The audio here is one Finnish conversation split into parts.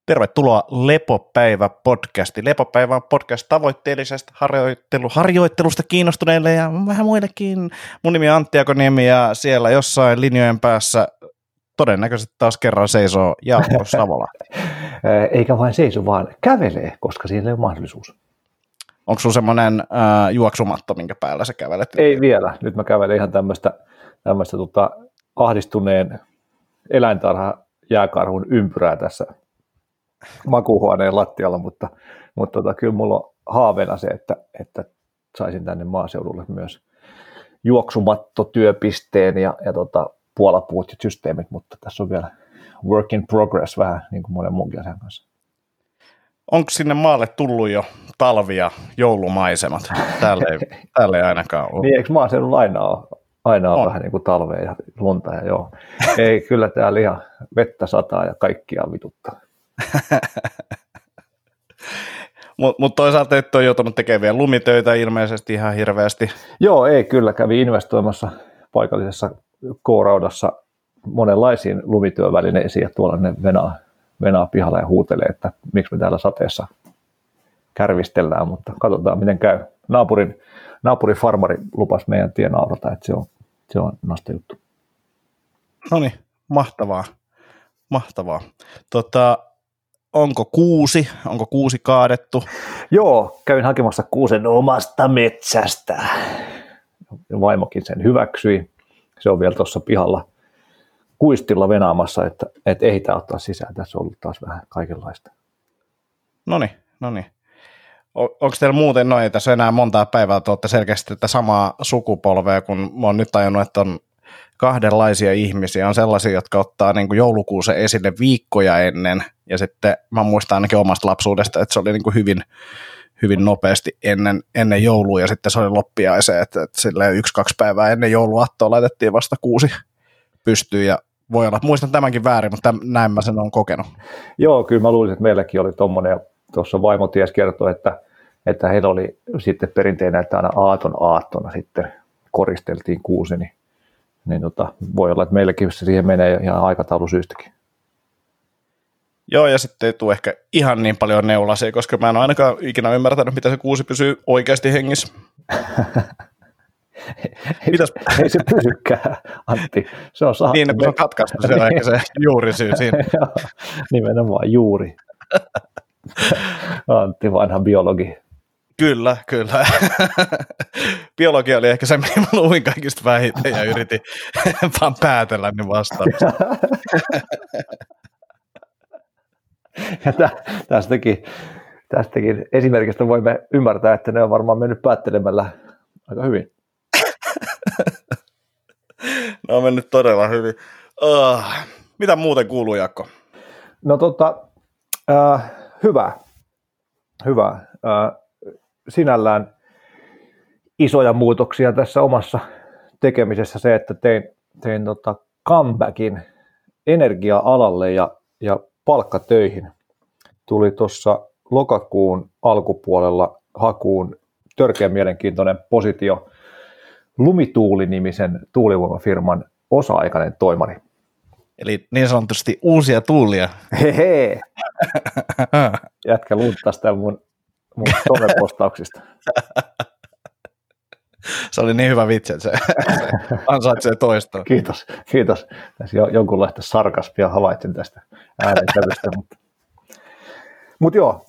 Tervetuloa Lepopäivä-podcastiin. Lepopäivä on podcast tavoitteellisesta harjoittelusta kiinnostuneille ja vähän muillekin. Mun nimi on Antti Akoniemi ja siellä jossain linjojen päässä todennäköisesti taas kerran seisoo Jaakko Savola. Eikä vain seiso, vaan kävelee, koska siinä ei ole mahdollisuus. Onko sulla semmoinen juoksumatto, minkä päällä sä kävelet? Ei vielä. Nyt mä kävelen ihan tämmöistä ahdistuneen eläintarha jääkarhun ympyrää tässä makuuhuoneen lattialla, mutta kyllä mulla on haaveena se, että saisin tänne maaseudulle myös juoksumattotyöpisteen ja puolapuut ja systeemit, mutta tässä on vielä work in progress vähän niin kuin monen muunkin asian kanssa. Onko sinne maalle tullut jo talvi- ja joulumaisemat? Täällä ei ainakaan ole. Niin, eikö maaseudulla aina ole vähän niin kuin talvea ja lunta ja joo. Ei, kyllä täällä ihan vettä sataa ja kaikkia vituttaa. Mutta toisaalta et ole joutunut tekemään vielä lumitöitä ilmeisesti ihan hirveästi. Joo, ei kyllä. Kävi investoimassa paikallisessa K-raudassa monenlaisiin lumityövälineisiin ja tuolla ne venaa pihalla ja huutelee, että miksi me täällä sateessa kärvistellään, mutta katsotaan miten käy. Naapurin farmari lupasi meidän tien aurata, että se on nasta juttu. No niin, mahtavaa. Onko kuusi kaadettu? Joo, kävin hakemassa kuusen omasta metsästä. Vaimokin sen hyväksyi. Se on vielä tuossa pihalla kuistilla venaamassa, että ehditään ottaa sisään. Tässä on ollut taas vähän kaikenlaista. No niin. Onko teillä muuten noin, tässä enää montaa päivää, että olette selkeästi tätä samaa sukupolvea, kun mä oon nyt tajunnut, että on kahdenlaisia ihmisiä. On sellaisia, jotka ottaa niin kuin joulukuusen esille viikkoja ennen, ja sitten mä muistan ainakin omasta lapsuudesta, että se oli niin kuin hyvin nopeasti ennen joulua, ja sitten se oli loppiaiseen, että silleen 1-2 päivää ennen jouluaattoa laitettiin vasta kuusi pystyyn, ja voi olla, että muistan tämänkin väärin, mutta näin mä sen olen kokenut. Joo, kyllä mä luulisin, että meilläkin oli tommoinen, ja tuossa vaimo ties kertoi, että heillä oli sitten perinteinen, että aina aattona sitten koristeltiin kuusi, niin voi olla, että meilläkin se siihen menee ihan aikataulusyystäkin. Joo, ja sitten ei tule ehkä ihan niin paljon neulasia, koska mä en ole ainakaan ikinä ymmärtänyt, miten se kuusi pysyy oikeasti hengissä. Ei se pysykään, Antti. Se on sahattu. Niin, kun se on katkaistu, se on ehkä se juurisyy siinä. Nimenomaan juuri. Antti, vanha biologi. Kyllä. Biologia oli ehkä se, mitä mä luin kaikista vähiten ja yritin vaan päätellä ne vastaukset. Ja tästäkin esimerkistä voimme ymmärtää, että ne on varmaan mennyt päättelemällä aika hyvin. Ne on mennyt todella hyvin. Mitä muuten kuuluu, Jaakko? No hyvä. Sinällään isoja muutoksia tässä omassa tekemisessä se, että tein comebackin energia-alalle ja palkkatöihin. Tuli tuossa lokakuun alkupuolella hakuun törkeän mielenkiintoinen positio Lumituuli-nimisen tuulivoimafirman osa-aikainen toimari. Eli niin sanotusti uusia tuulia. Hehe! Jätkä lunttasi täällä mun somepostauksista. Se oli niin hyvä vitsi, että se ansaitsee toistoa. Kiitos. Tässä jonkunlaista sarkasmia havaitsin tästä äänensävystä. Mutta joo,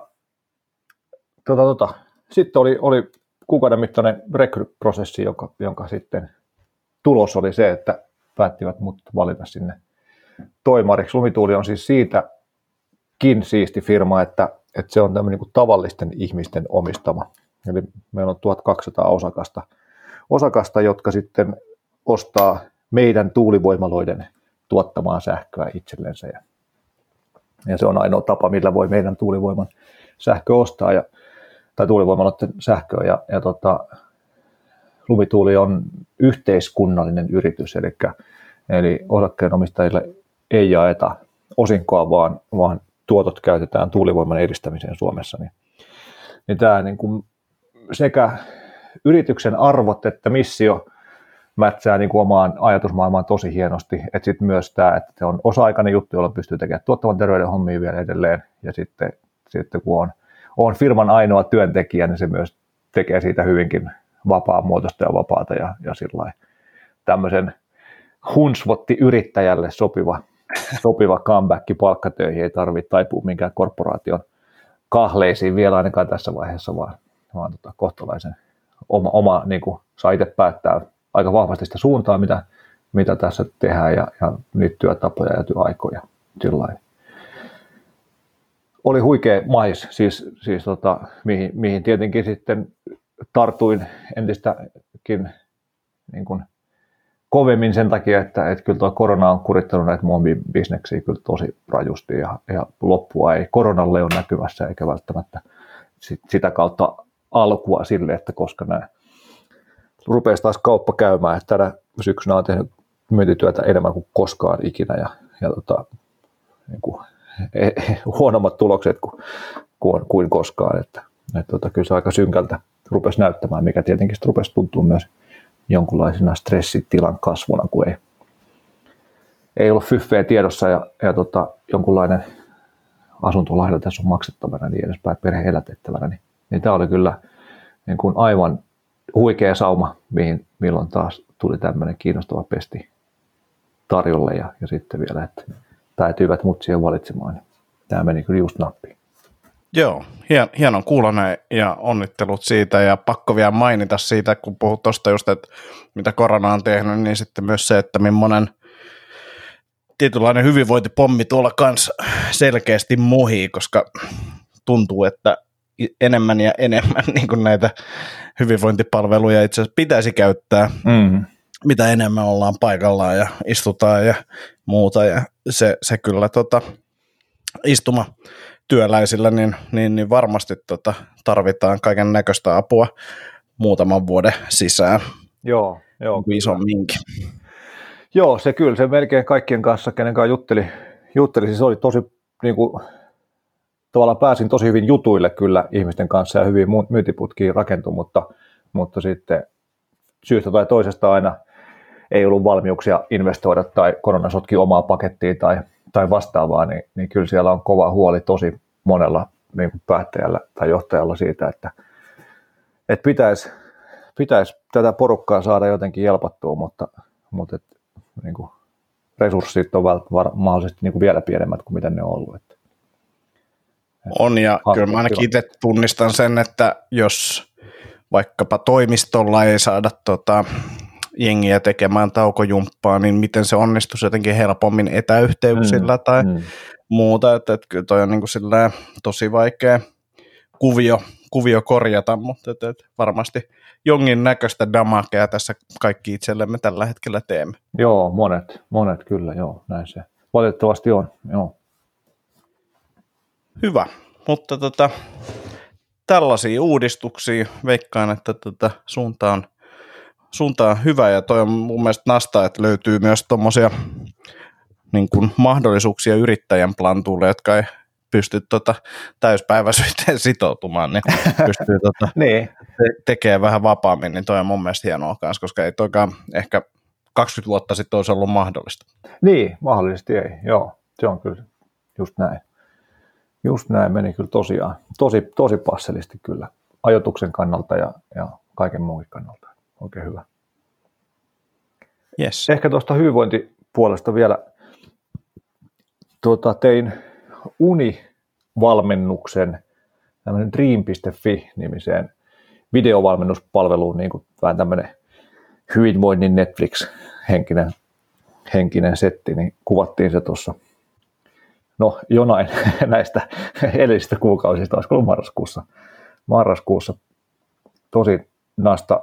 sitten oli kuukauden mittainen rekryprosessi, jonka sitten tulos oli se, että päättivät mut valita sinne toimariksi. Lumituuli on siis siitäkin siisti firma, että se on tämmöinen niin kuin tavallisten ihmisten omistama. Eli meillä on 1200 osakasta, jotka sitten ostaa meidän tuulivoimaloiden tuottamaa sähköä itsellensä. Ja se on ainoa tapa, millä voi meidän tuulivoiman sähkö ostaa, tai tuulivoimaloiden sähköä. Ja Lumituuli on yhteiskunnallinen yritys, eli osakkeenomistajille ei jaeta osinkoa, vaan tuotot käytetään tuulivoiman edistämiseen Suomessa. Niin tämä niin kuin sekä yrityksen arvot että missio mätsää niin kuin omaan ajatusmaailmaan tosi hienosti, että sitten myös tämä, että se on osa-aikainen juttu, jolla pystyy tekemään tuottavan terveyden hommia vielä edelleen, ja sitten kun on firman ainoa työntekijä, niin se myös tekee siitä hyvinkin vapaamuotoista ja vapaata, ja sillä tämmöisen hunsvotti-yrittäjälle sopiva comeback palkkatöihin, ei tarvitse taipua minkään korporaation kahleisiin vielä ainakaan tässä vaiheessa, vaan kohtalaisen oma niin kuin saa itse päättää aika vahvasti sitä suuntaa, mitä tässä tehdään ja niitä työtapoja ja työaikoja. Sillain. Oli huikea mais, mihin tietenkin sitten tartuin entistäkin niin kuin kovemmin sen takia, että kyllä tuo korona on kurittanut näitä muovibisneksiä kyllä tosi rajusti ja loppua ei koronalle ole näkyvässä eikä välttämättä sitä kautta alkua sille, että koska nämä rupesi taas kauppa käymään, että tänä syksynä on tehnyt myyntityötä enemmän kuin koskaan ikinä ja niin kuin, huonommat tulokset kuin koskaan, että kyllä se aika synkältä rupesi näyttämään, mikä tietenkin rupesi tuntua myös jonkunlaisena stressitilan kasvuna, kun ei ollut fyffeä tiedossa ja jonkunlainen asuntolaina tässä on maksettavana niin edespäin perheen elätettävänä, niin tämä oli kyllä niin kuin aivan huikea sauma, milloin taas tuli tämmöinen kiinnostava pesti tarjolle ja sitten vielä, että päätyivät mut siihen valitsemaan. Tämä meni kyllä just nappiin. Joo, hienon kuulla näin ja onnittelut siitä ja pakko vielä mainita siitä, kun puhut tuosta just, että mitä korona on tehnyt, niin sitten myös se, että millainen tietynlainen hyvinvointipommi tuolla kanssa selkeästi muhii, koska tuntuu, että enemmän ja enemmän niin kuin näitä hyvinvointipalveluja itse asiassa pitäisi käyttää, mitä enemmän ollaan paikallaan ja istutaan ja muuta ja se kyllä istumatyöläisillä niin varmasti tarvitaan kaiken näköistä apua muutaman vuoden sisään. Joo. Isomminkin. Joo, se kyllä, se melkein kaikkien kanssa, kenen kanssa jutteli siis oli tosi, niin kuin, tavallaan pääsin tosi hyvin jutuille kyllä ihmisten kanssa ja hyvin myyntiputkiin rakentui, mutta sitten syystä tai toisesta aina ei ollut valmiuksia investoida tai korona sotki omaa pakettiin tai vastaavaa, niin kyllä siellä on kova huoli tosi monella niin kuin päättäjällä tai johtajalla siitä, että pitäisi tätä porukkaa saada jotenkin helpottua, mutta niin kuin resurssit on mahdollisesti niin kuin vielä pienemmät kuin mitä ne on ollut. On, ja kyllä mä ainakin itse tunnistan sen, että jos vaikkapa toimistolla ei saada jengiä tekemään taukojumppaa, niin miten se onnistuisi jotenkin helpommin etäyhteyksillä tai muuta, että kyllä toi on niin kuin tosi vaikea kuvio korjata, mutta varmasti jonkin näköistä damakea tässä kaikki itsellemme tällä hetkellä teemme. Joo, monet kyllä, joo, näin se valitettavasti on, joo. Hyvä, mutta tällaisia uudistuksia veikkaan, että suunta on hyvä ja toi on mun mielestä nastaa, että löytyy myös tommosia niin kuin mahdollisuuksia yrittäjän plantuulle, jotka ei pysty täyspäiväisyyteen sitoutumaan, niin pystyy niin. tekemään vähän vapaammin, niin toi on mun mielestä hienoa kanssa, koska ei toikaan ehkä 20 vuotta sitten olisi ollut mahdollista. Niin, mahdollisesti ei, joo, se on kyllä just näin. Just näin meni kyllä tosiaan, tosi passelisti kyllä ajoituksen kannalta ja kaiken muun kannalta. Oikein hyvä. Yes. Ehkä tuosta hyvinvointipuolesta vielä tein univalmennuksen tämmöinen dream.fi-nimiseen videovalmennuspalveluun, niin kuin vähän tämmöinen hyvinvoinnin Netflix-henkinen setti, niin kuvattiin se tuossa jonain näistä edellisistä kuukausista, olisiko ollut marraskuussa tosi nasta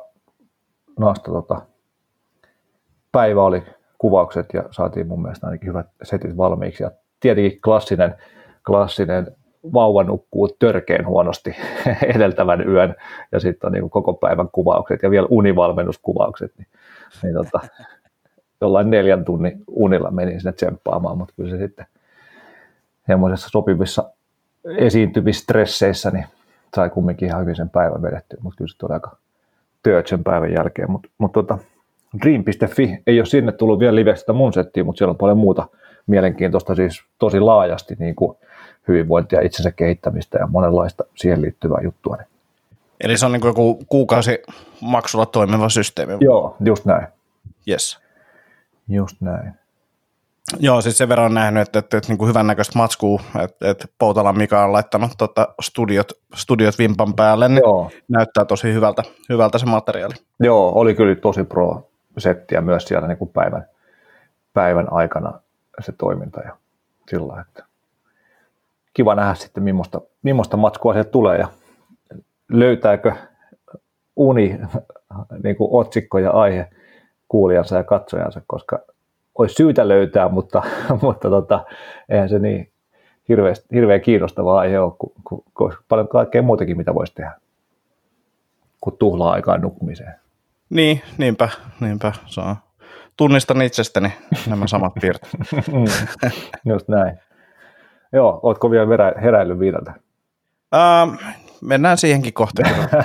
päivä oli kuvaukset ja saatiin mun mielestä ainakin hyvät setit valmiiksi ja tietenkin klassinen vauva nukkuu törkeen huonosti edeltävän yön ja sitten on niin koko päivän kuvaukset ja vielä univalmennuskuvaukset, niin jollain 4 tunnin unilla menin sinne tsemppaamaan, mutta kyllä se sitten semmoisessa sopivissa esiintyvissä stresseissä niin sai kumminkin ihan hyvin sen päivän vedettyä, mutta kyllä se tuli aika työt sen päivän jälkeen, mutta Dream.fi ei ole sinne tullut vielä livestä mun settiin, mutta siellä on paljon muuta mielenkiintoista, siis tosi laajasti niin kuin hyvinvointia, itsensä kehittämistä ja monenlaista siihen liittyvää juttua. Eli se on niin kuin joku kuukausimaksulla toimiva systeemi. Joo, just näin. Yes. Just näin. Joo, siis sen verran nähnyt, että niin kuin hyvännäköistä matskua, että Poutalan Mika on laittanut studiot vimpan päälle, niin joo. Näyttää tosi hyvältä se materiaali. Joo, oli kyllä tosi pro-settiä myös siellä niin kuin päivän aikana se toiminta ja sillä, että kiva nähdä sitten, millaista matskua sieltä tulee ja löytääkö uni niin kuin otsikko ja aihe kuulijansa ja katsojansa, koska olisi syytä löytää, mutta eihän se niin hirveän kiinnostava aihe ole, kun paljon kaikkea muutakin, mitä voisi tehdä, kun tuhlaa aikaa nukkumiseen. Niin, niinpä. Tunnistan itsestäni nämä samat piirteet. Just näin. Joo, ootko vielä heräillyt viideltä? Mennään siihenkin kohta.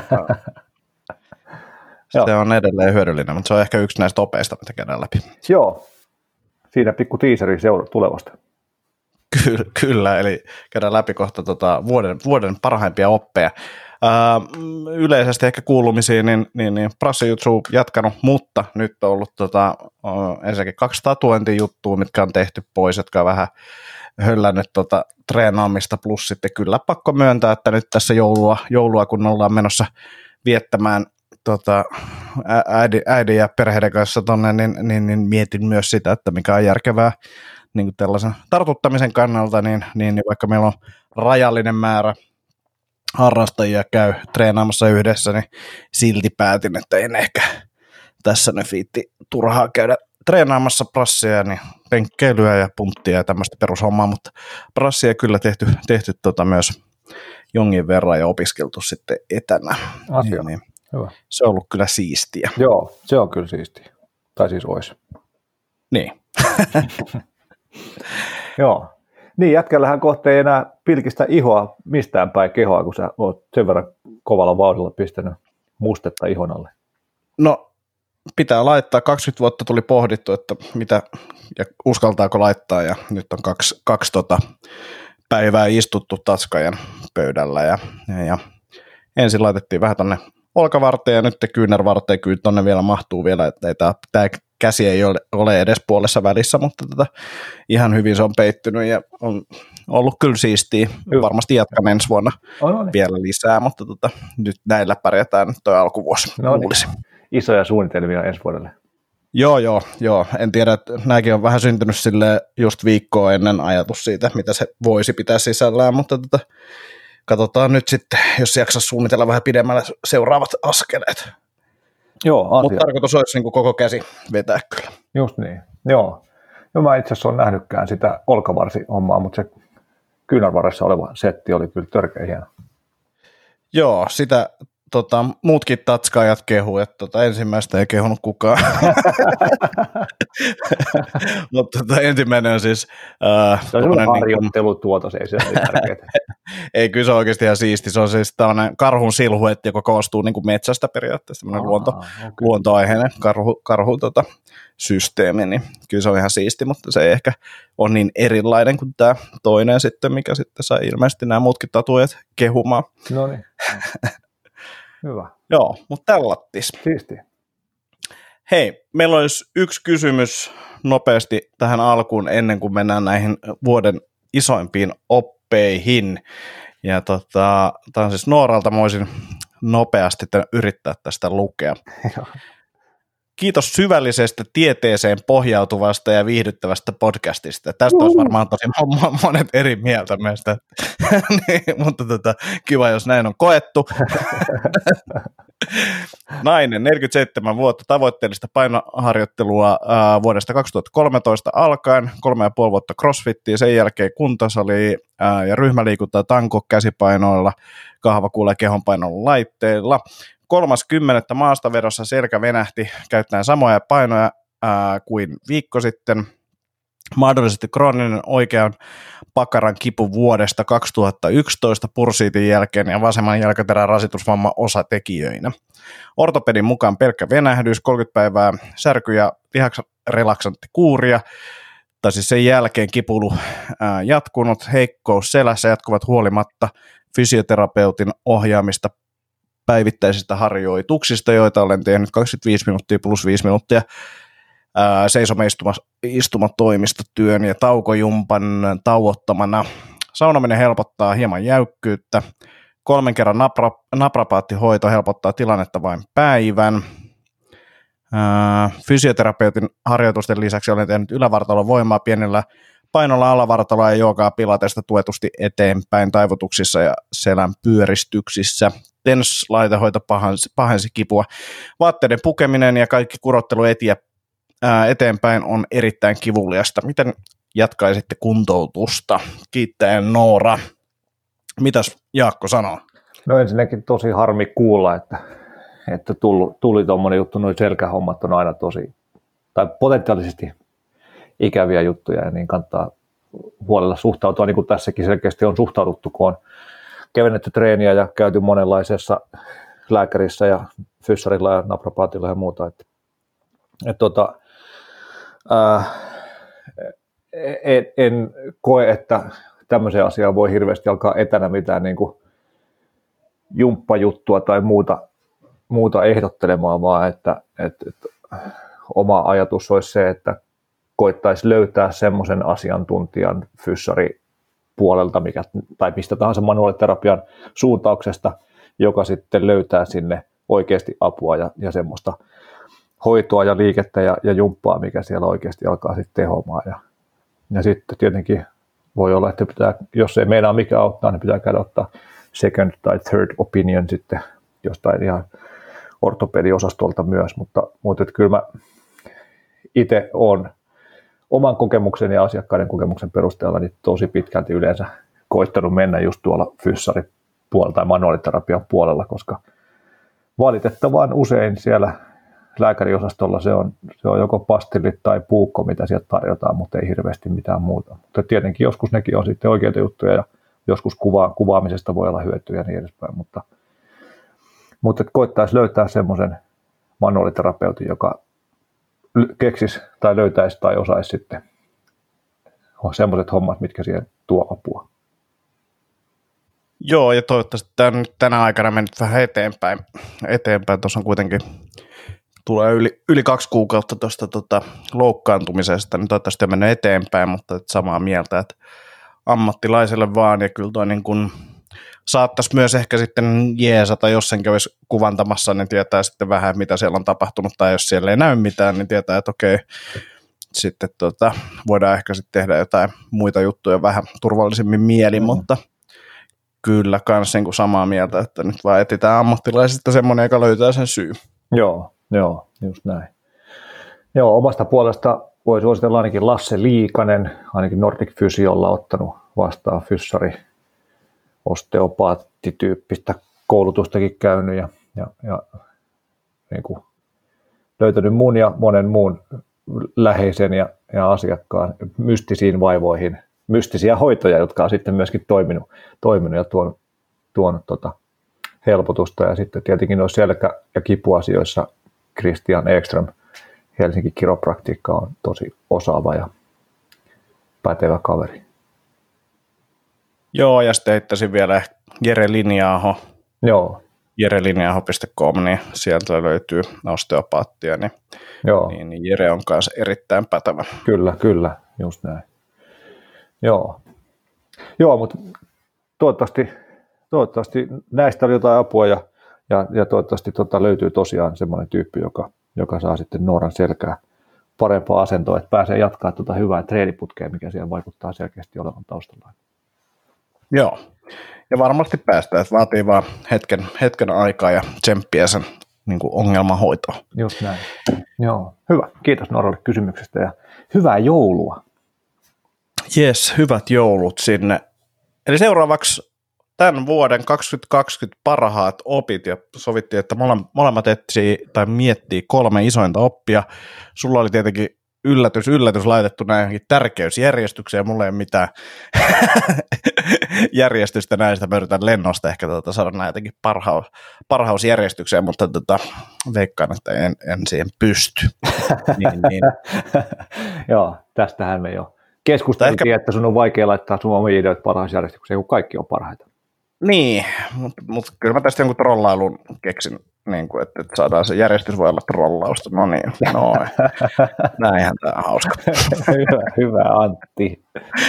Se on edelleen hyödyllinen, mutta se on ehkä yksi näistä opeista, mitä käydään läpi. Joo, siinä pikku tiiseri tulevasta. Kyllä, eli käydään läpi kohta vuoden parhaimpia oppeja. Yleisesti ehkä kuulumisiin, niin prassijutsu jatkanut, mutta nyt on ollut ensinnäkin 2 tatuointijuttua, mitkä on tehty pois, jotka on vähän höllännyt treenaamista, plus sitten kyllä pakko myöntää, että nyt tässä joulua kun ollaan menossa viettämään äidin ja perheiden kanssa tonne, niin mietin myös sitä, että mikä on järkevää niin kuin tällaisen tartuttamisen kannalta, niin vaikka meillä on rajallinen määrä harrastajia käy treenaamassa yhdessä, niin silti päätin, että en ehkä tässä ne fiitti turhaa käydä treenaamassa prassia, niin penkkeilyä ja punttia ja tämmöistä perushommaa, mutta prassia kyllä tehty myös jonkin verran ja opiskeltu sitten etänä. Niin. Hyvä. Se on ollut kyllä siistiä. Joo, se on kyllä siistiä. Tai siis olisi. Niin. Joo. Niin, jätkällähän kohta ei enää pilkistä ihoa mistään päin kehoa, kun sä oot sen verran kovalla vauhdilla pistänyt mustetta ihon alle. No, pitää laittaa. 20 vuotta tuli pohdittu, että mitä ja uskaltaako laittaa, ja nyt on kaksi päivää istuttu tatskajan pöydällä, ja ensin laitettiin vähän tonne olkavarteen ja nyt kyynärvarteen, kyllä tonne vielä mahtuu vielä, että tämä käsi ei ole edes puolessa välissä, mutta ihan hyvin se on peittynyt ja on ollut kyllä siistiä. Varmasti jatkan ensi vuonna vielä lisää, mutta nyt näillä pärjätään nyt toi alkuvuosi. Isoja suunnitelmia ensi vuodelle. Joo. En tiedä, että nämäkin on vähän syntynyt sille just viikkoa ennen ajatus siitä, mitä se voisi pitää sisällään, mutta katsotaan nyt sitten, jos jaksaa suunnitella vähän pidemmälle seuraavat askeleet. Joo, mutta tarkoitus olisi niin koko käsi vetää kyllä. Just niin, joo. No mä itse asiassa olen nähnytkään sitä olkavarsi-hommaa, mutta se kyynärvarressa oleva setti oli kyllä törkeä hieno. Joo, sitä muutkin tatskaajat kehu, että ensimmäistä ei kehunut kukaan. Mutta ensimmäinen on siis... se on semmoinen harjoittelutuotos, ei se ole tärkeää. Ei, kyllä se on oikeasti ihan siisti. Se on siis tällainen karhun silhuetti, joka koostuu niin kuin metsästä periaatteessa, luontoaiheinen karhu systeemi, niin kyllä se on ihan siisti, mutta se ei ehkä ole niin erilainen kuin tämä toinen sitten, mikä sitten sai ilmeisesti nämä muutkin tatuajat kehumaan. No niin. Hyvä. Joo, mutta tällattis. Siistiä. Hei, meillä olisi yksi kysymys nopeasti tähän alkuun ennen kuin mennään näihin vuoden isoimpiin oppeihin. Ja tämä on siis Nooralta, mä voisin nopeasti yrittää tästä lukea. Kiitos syvällisestä tieteeseen pohjautuvasta ja viihdyttävästä podcastista. Tästä olisi varmaan tosi monet eri mieltä meistä, niin, mutta kiva, jos näin on koettu. Nainen, 47 vuotta, tavoitteellista painoharjoittelua vuodesta 2013 alkaen, 3,5 vuotta crossfittiä, sen jälkeen kuntosalia ja ryhmäliikuntaa tanko käsipainoilla, kahvakuulla ja kehonpainon laitteilla. 30. maastavedossa selkä venähti käyttäen samoja painoja kuin viikko sitten. mahdollisesti krooninen oikean pakaran kipu vuodesta 2011 bursiitin jälkeen ja vasemman jalkaterän rasitusvamma osatekijöinä. Ortopedin mukaan pelkkä venähdys, 30 päivää särky- ja lihaksrelaksanttikuuria, tai siis sen jälkeen kipuilu jatkunut, heikkous selässä jatkuvat huolimatta fysioterapeutin ohjaamista päivittäisistä harjoituksista, joita olen tehnyt 25 minuuttia plus 5 minuuttia seisoma-istumatoimistotyön ja taukojumpan tauottamana. Saunominen helpottaa hieman jäykkyyttä. 3 kerran naprapaattihoito helpottaa tilannetta vain päivän. Fysioterapeutin harjoitusten lisäksi olen tehnyt ylävartalon voimaa pienellä painolla alavartaloa ja joogaa pilatesta tuetusti eteenpäin taivutuksissa ja selän pyöristyksissä. TENS-laitehoito pahensi kipua. Vaatteiden pukeminen ja kaikki kurottelu eteenpäin on erittäin kivuliasta. Miten jatkaisitte kuntoutusta? Kiittäen Noora. Mitäs Jaakko sanoo? No ensinnäkin tosi harmi kuulla, että tuli tuommoinen juttu, nuo selkähommat on aina tosi, tai potentiaalisesti ikäviä juttuja, ja niin kannattaa huolella suhtautua, niin kuin tässäkin selkeästi on suhtauduttu, kun on kevennetty treeniä ja käyty monenlaisessa lääkärissä ja fyssarilla ja naprapaatilla ja muuta. En koe, että tämmöiseen asiaan voi hirveästi alkaa etänä mitään niin kuin jumppajuttua tai muuta ehdottelemaan, vaan että oma ajatus olisi se, että koittaisi löytää semmoisen asiantuntijan fyssaripuolelta tai mistä tahansa manuaaliterapian suuntauksesta, joka sitten löytää sinne oikeasti apua ja semmoista hoitoa ja liikettä ja jumppaa, mikä siellä oikeasti alkaa sitten tehomaan. Ja sitten tietenkin voi olla, että jos ei meinaa mikä auttaa, niin pitää käydä ottaa second tai third opinion sitten jostain ihan ortopediosastolta myös, mutta että kyllä mä itse olen oman kokemuksen ja asiakkaiden kokemuksen perusteella niin tosi pitkälti yleensä koittanut mennä just tuolla fyssaripuolella tai manuaaliterapian puolella, koska valitettavan usein siellä lääkäriosastolla se on joko pastillit tai puukko, mitä sieltä tarjotaan, mutta ei hirveästi mitään muuta. Mutta tietenkin joskus nekin on sitten oikeita juttuja ja joskus kuvaamisesta voi olla hyötyä ja niin edespäin, mutta koittaisi löytää semmoisen manuaaliterapeutin, joka keksisi tai löytäisi tai osaisi sitten semmoiset hommat, mitkä siihen tuo apua. Joo, ja toivottavasti tämä on nyt tänä aikana mennyt vähän eteenpäin. Tuossa on kuitenkin tulee yli 2 kuukautta tuosta loukkaantumisesta, niin toivottavasti on mennyt eteenpäin, mutta samaa mieltä, että ammattilaiselle vaan, ja kyllä toi niin kun saattaisi myös ehkä sitten jeesata, jos senkin olisi kuvantamassa, niin tietää sitten vähän, mitä siellä on tapahtunut, tai jos siellä ei näy mitään, niin tietää, että okei, sitten voidaan ehkä sitten tehdä jotain muita juttuja vähän turvallisemmin mieli, mutta kyllä kans niin kuin samaa mieltä, että nyt vaan etsitään ammattilaisista semmoinen, joka löytää sen syy. Joo, just näin. Joo, omasta puolesta voi suositella ainakin Lasse Liikanen, ainakin Nordic Physiolla ottanut vastaan fyssari, osteopaattityyppistä koulutustakin käynyt ja niin kuin löytänyt mun ja monen muun läheisen ja asiakkaan mystisiin vaivoihin mystisiä hoitoja, jotka on sitten myöskin toiminut ja tuonut helpotusta. Ja sitten tietenkin noissa selkä- ja kipuasioissa Christian Ekström Helsinki Kiropraktiikka on tosi osaava ja pätevä kaveri. Joo, ja sitten heittäisin vielä Jere Linjaaho. Joo. jerelinjaaho.com, niin sieltä löytyy osteopaattia, niin Jere on kanssa erittäin pätevä. Kyllä, just näin. Joo, mutta toivottavasti näistä oli jotain apua ja toivottavasti löytyy tosiaan semmoinen tyyppi, joka saa sitten Nooran selkää parempaa asentoa, että pääsee jatkaa hyvää treeniputkea, mikä siellä vaikuttaa selkeästi olevan taustalla. Joo, ja varmasti päästään, että vaatii vaan hetken aikaa ja tsemppiä sen niin kuin ongelmahoitoon. Just näin. Joo, hyvä. Kiitos Nooralle kysymyksestä ja hyvää joulua. Jes, hyvät joulut sinne. Eli seuraavaksi tämän vuoden 2020 parhaat opit, ja sovittiin, että molemmat etsii tai miettii 3 isointa oppia. Sulla oli tietenkin yllätys laitettu näihin tärkeysjärjestykseen, ja mulla ei ole mitään järjestystä näistä, mä yritän lennosta ehkä saada näin jotenkin parhausjärjestykseen, mutta veikkaan, että en siihen pysty. niin. Joo, tästähän me jo keskusteltiin, että sun on vaikea laittaa sun omia ideoita parhausjärjestykseen, kun kaikki on parhaita. Niin, mutta kyllä mä tästä jonkun trollailun keksin, niin kuin, että saadaan se järjestys voi olla trollausta. No niin, näinhän tämä on hauska. Hyvä Antti.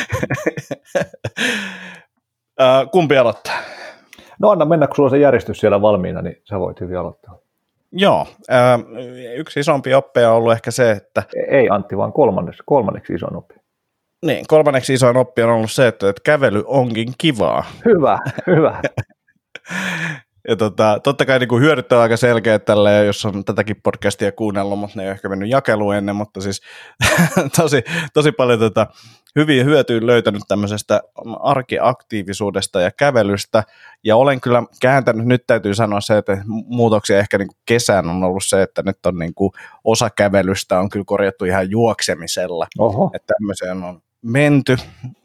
Kumpi aloittaa? No anna mennä, kun sulla on se järjestys siellä valmiina, niin sä voit hyvin aloittaa. Joo, yksi isompi oppi on ollut ehkä se, että... Ei Antti, vaan kolmanneksi isoin oppi. Niin, kolmanneksi isoin oppi on ollut se, että kävely onkin kivaa. Hyvä. Ja totta kai niin kuin hyödyttää aika selkeä tälleen, jos on tätäkin podcastia kuunnellut, mutta ne ei ole ehkä mennyt jakeluun ennen, mutta siis tosi paljon hyviä hyötyä löytänyt tämmöisestä arkiaktiivisuudesta ja kävelystä, ja olen kyllä kääntänyt, nyt täytyy sanoa se, että muutoksia ehkä niin kuin kesän on ollut se, että nyt on niin kuin osa kävelystä on kyllä korjattu ihan juoksemisella, että tämmöiseen on menty,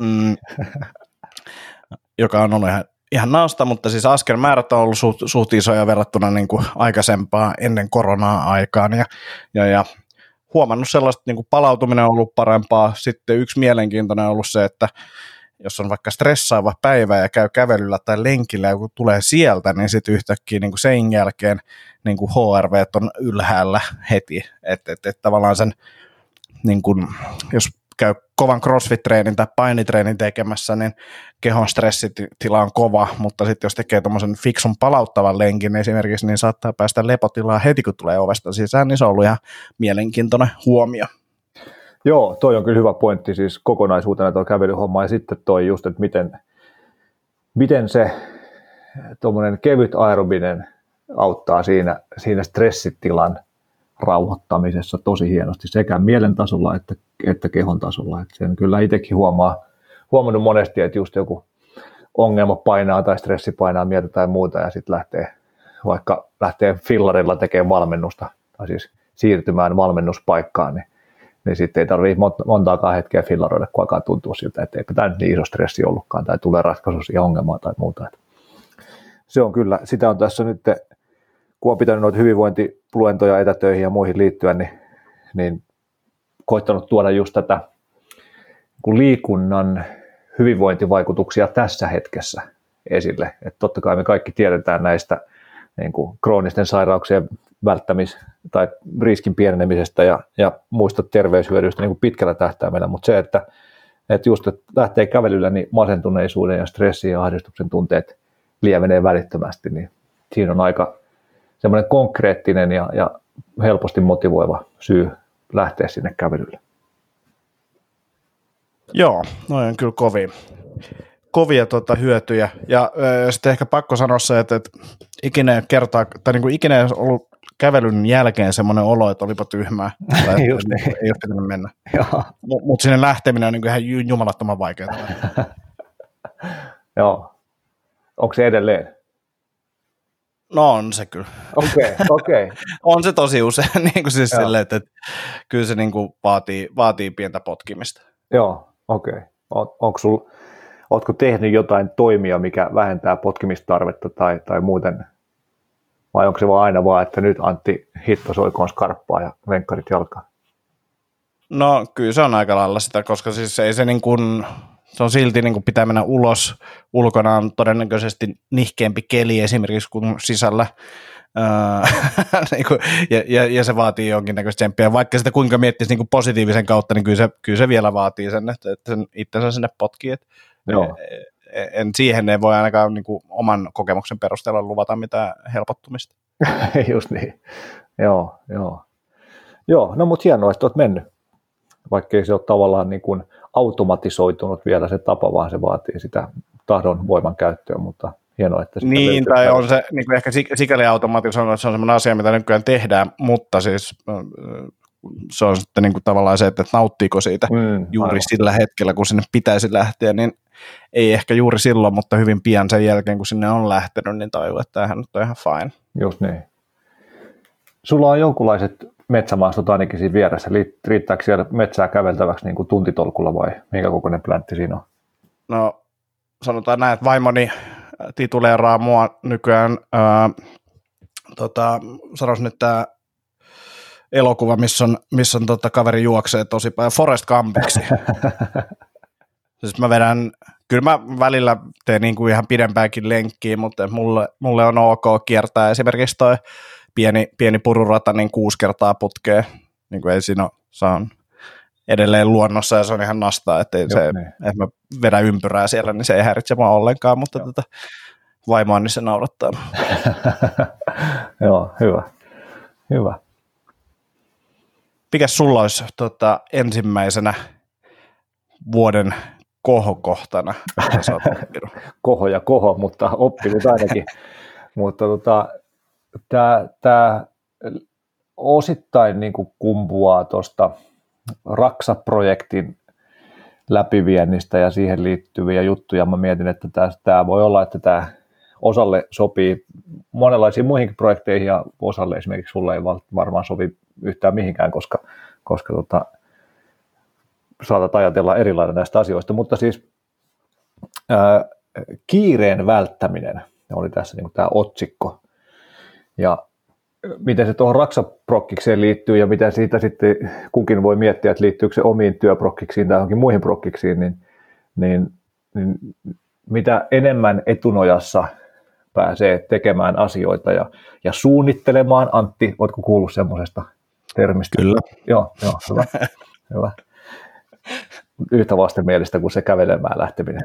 joka on ollut ihan naasta, mutta siis askelmäärät on ollut suht isoja verrattuna niin kuin aikaisempaa ennen koronaa aikaan, ja huomannut sellaista, niin kuin palautuminen on ollut parempaa. Sitten yksi mielenkiintoinen on ollut se, että jos on vaikka stressaava päivä ja käy kävelyllä tai lenkillä ja kun tulee sieltä, niin sitten yhtäkkiä niin kuin sen jälkeen niin kuin HRV on ylhäällä heti, että tavallaan sen, niin kuin, jos käy kovan crossfit-treenin tai painitreenin tekemässä, niin kehon stressitila on kova, mutta sitten jos tekee tuommoisen fiksun palauttavan lenkin esimerkiksi, niin saattaa päästä lepotilaan heti, kun tulee ovesta sisään, niin se on ollut ihan mielenkiintoinen huomio. Joo, toi on kyllä hyvä pointti siis kokonaisuutena tuo kävelyhomma, ja sitten toi just, että miten se tuommoinen kevyt aerobinen auttaa siinä stressitilan rauhoittamisessa tosi hienosti sekä mielen tasolla että kehon tasolla. Että sen kyllä itsekin huomannut monesti, että just joku ongelma painaa tai stressi painaa mieltä tai muuta ja sitten lähtee fillarilla tekemään valmennusta tai siis siirtymään valmennuspaikkaan, niin sitten ei tarvitse montaakaan hetkeä fillaroida, kun alkaa tuntua siltä, että eipä tämä nyt niin iso stressi ollutkaan tai tulee ratkaisu siihen ongelmaan tai muuta. Että se on kyllä, sitä on tässä nyt, kun on pitänyt noita hyvinvointiluentoja etätöihin ja muihin liittyen, niin koittanut tuoda just tätä liikunnan hyvinvointivaikutuksia tässä hetkessä esille. Että totta kai me kaikki tiedetään näistä niin kuin kroonisten sairauksien tai riskin pienenemisestä ja muista terveyshyödyistä niin kuin pitkällä tähtäimellä, mutta se, että just että lähtee kävelyllä, niin masentuneisuuden ja stressin ja ahdistuksen tunteet lievenee välittömästi, niin siinä on aika semmoinen konkreettinen ja helposti motivoiva syy lähteä sinne kävelylle. Joo, noin on kyllä kovia hyötyjä. Ja sitten ehkä pakko sanoa se, että ikinä ei ollut kävelyn jälkeen semmoinen olo, että olipa tyhmää. Tai ei ole pitänyt mennä. Mutta sinne lähteminen on niin kuin ihan jumalattoman vaikeaa. Joo. Onko se edelleen? No on se kyllä. Okei. On se tosi usein, niin kuin siis silleen, että kyllä se niin kuin vaatii pientä potkimista. Joo, okei. Ootko tehnyt jotain toimia, mikä vähentää potkimistarvetta tai muuten, vai onko se aina vaan, että nyt Antti hitto soikoon skarppaa ja venkkarit jalkaa? No kyllä se on aika lailla sitä, koska siis ei se niin kuin, se on silti niin kuin pitää mennä ulos, ulkona on todennäköisesti nihkeämpi keli esimerkiksi kuin sisällä, ja se vaatii jonkinnäköistä tsemppiä, vaikka sitä kuinka miettisi niin kuin positiivisen kautta, niin kyllä se vielä vaatii sen, että sen itsensä sinne potkii. Siihen ei voi ainakaan niin kuin oman kokemuksen perusteella luvata mitään helpottumista. Just niin, joo. No mutta hienoa, että olet mennyt, vaikkei se ole tavallaan niin kuin automatisoitunut vielä se tapa, vaan se vaatii sitä tahdon voiman käyttöä, mutta hienoa, että sitä niin, tai on se niin kuin ehkä sikäli automatisoinut, että se on sellainen asia, mitä nykyään tehdään, mutta siis se on sitten niin kuin tavallaan se, että nauttiiko siitä juuri aivan sillä hetkellä, kun sinne pitäisi lähteä, niin ei ehkä juuri silloin, mutta hyvin pian sen jälkeen, kun sinne on lähtenyt, niin tajuu, että tämähän nyt on ihan fine. Just niin. Sulla on jonkunlaiset metsämaastot ainakin siinä vieressä. Riittääkö siellä metsää käveltäväksi niin kuin tuntitolkulla vai minkä kokoinen pläntti siinä on? No sanotaan näin, että vaimoni tituleeraa mua nykyään, sanois nyt tämä elokuva, missä on kaveri juoksee tosi paljon, Forrest Gumpiksi. Siis kyllä mä välillä teen niin kuin ihan pidempääkin lenkkiä, mutta mulle on ok kiertää esimerkiksi toi pieni pururata niin 6 kertaa putkeen, niin kuin ei siinä ole, se on edelleen luonnossa ja se on ihan nastaa, että mä vedän ympyrää siellä, niin se ei häiritse mua ollenkaan, mutta vaimoa niin se naurattaa. Joo, hyvä. Mikäs sulla olisi ensimmäisenä vuoden kohokohtana? Koho, mutta oppinut ainakin. Mutta tämä osittain niin kuin kumpuaa tuosta Raksa-projektin läpiviennistä ja siihen liittyviä juttuja. Mä mietin, että tämä voi olla, että tämä osalle sopii monenlaisiin muihinkin projekteihin ja osalle esimerkiksi sulle ei varmaan sovi yhtään mihinkään, koska saatat ajatella erilainen näistä asioista, mutta siis kiireen välttäminen oli tässä niin kuin tämä otsikko ja miten se tuohon Raksa-prokkikseen liittyy ja miten siitä sitten kukin voi miettiä, että liittyykö se omiin työprokkiksiin tai johonkin muihin prokkiksiin, niin mitä enemmän etunojassa pääsee tekemään asioita ja suunnittelemaan. Antti, oletko kuullut semmoisesta termistä? Kyllä. Joo, hyvä. Yhtä vastenmielistä kuin se kävelemään lähteminen.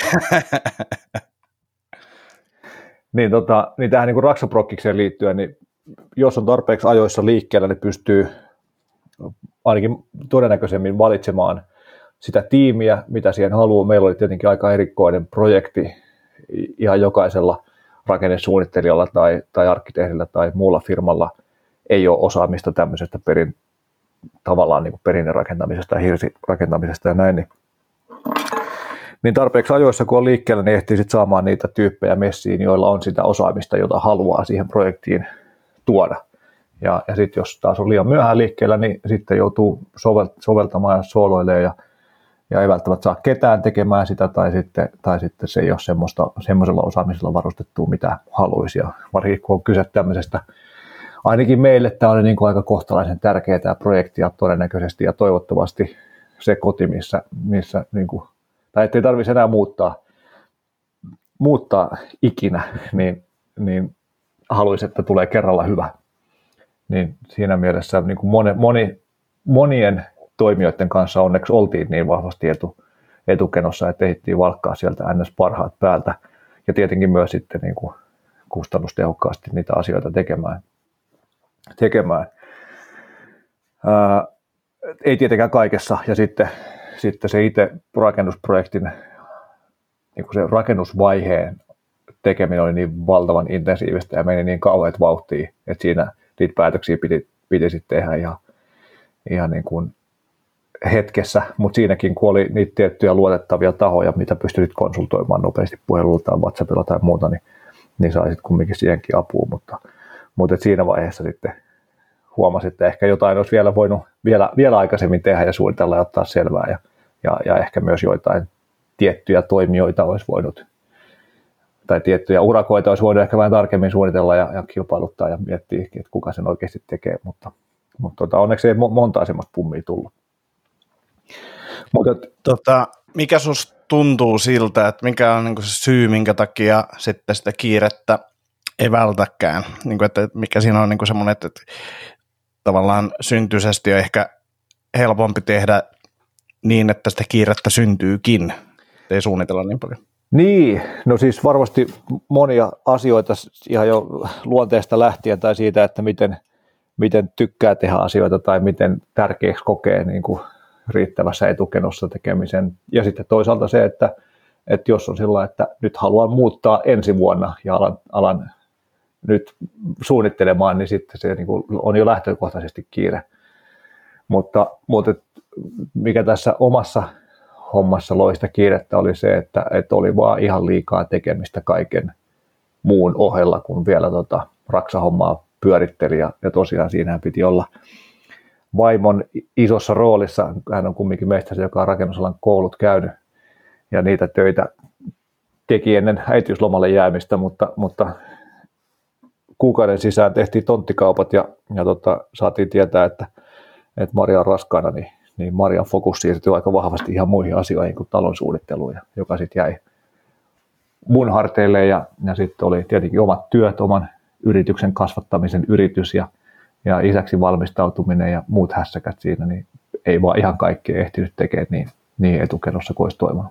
niin tähän niin kuin Raksa-prokkikseen liittyen, niin jos on tarpeeksi ajoissa liikkeellä, niin pystyy ainakin todennäköisemmin valitsemaan sitä tiimiä, mitä siihen haluaa. Meillä oli tietenkin aika erikoinen projekti ihan jokaisella rakennesuunnittelijalla tai arkkitehdillä tai muulla firmalla ei ole osaamista tämmöisestä tavallaan niin kuin perinnerakentamisesta ja hirsirakentamisesta ja näin. Niin tarpeeksi ajoissa, kun on liikkeellä, niin ehtii sitten saamaan niitä tyyppejä messiin, joilla on sitä osaamista, jota haluaa siihen projektiin tuoda. Ja sitten jos taas on liian myöhään liikkeellä, niin sitten joutuu soveltamaan ja sooloilemaan ja ei välttämättä saa ketään tekemään sitä, tai sitten se ei ole semmoisella osaamisella varustettua, mitä haluaisi. Ja varsinkin kun on kyse tämmöisestä, ainakin meille tämä oli niin kuin aika kohtalaisen tärkeä tämä projekti ja todennäköisesti ja toivottavasti se koti, missä niin kuin, tai ettei tarvitsisi enää muuttaa ikinä, niin haluaisi, että tulee kerralla hyvä. Niin siinä mielessä niin kuin monien toimijoiden kanssa onneksi oltiin niin vahvasti etukenossa, että ehdittiin valkkaa sieltä ns. Parhaat päältä ja tietenkin myös sitten niin kuin kustannustehokkaasti niitä asioita tekemään. Ei tietenkään kaikessa ja sitten se itse rakennusprojektin niin kuin se rakennusvaiheen tekeminen oli niin valtavan intensiivistä ja meni niin kauheat vauhtia, että siinä niitä päätöksiä piti sitten tehdä ihan niin kuin hetkessä, mutta siinäkin kun oli niitä tiettyjä luotettavia tahoja, mitä pystyt konsultoimaan nopeasti puhelulla tai WhatsAppilla tai muuta, niin saisit kumminkin siihenkin apua, mutta siinä vaiheessa sitten huomasin, että ehkä jotain olisi vielä voinut vielä aikaisemmin tehdä ja suunnitella ja ottaa selvää ja ehkä myös joitain tiettyjä toimijoita olisi voinut tai tiettyjä urakoita olisi voinut ehkä vähän tarkemmin suunnitella ja kilpailuttaa ja miettiä, että kuka sen oikeasti tekee, mutta onneksi ei monta semmoista pummia tullut. Mikä susta tuntuu siltä, että mikä on niin kuin se syy, minkä takia sitten sitä kiirettä ei vältäkään? Niin kuin, että mikä siinä on niin kuin semmoinen, että tavallaan syntyisesti on ehkä helpompi tehdä niin, että sitä kiirettä syntyykin. Ei suunnitella niin paljon. Niin, no siis varmasti monia asioita ihan jo luonteesta lähtien tai siitä, että miten tykkää tehdä asioita tai miten tärkeäksi kokee niin kuin riittävässä etukenossa tekemisen. Ja sitten toisaalta se, että jos on sillä, että nyt haluan muuttaa ensi vuonna ja alan nyt suunnittelemaan, niin sitten se niin kuin on jo lähtökohtaisesti kiire. Mutta mikä tässä omassa hommassa loi sitä kiirettä oli se, että oli vaan ihan liikaa tekemistä kaiken muun ohella, kun vielä Raksa-hommaa pyöritteli ja tosiaan siinähän piti olla vaimon isossa roolissa. Hän on kumminkin mestari, joka on rakennusalan koulut käynyt ja niitä töitä teki ennen äitiyslomalle jäämistä, mutta kuukauden sisään tehtiin tonttikaupat ja saatiin tietää, että Maria on raskaana, niin Marian fokus siirtyi aika vahvasti ihan muihin asioihin kuin talon suunnitteluun, joka sitten jäi mun harteille ja sitten oli tietenkin omat työt, oman yrityksen kasvattamisen yritys ja isäksi valmistautuminen ja muut hässäkät siinä, niin ei vaan ihan kaikkea ehtinyt tekemään niin etukenossa kuin olisi toivonut.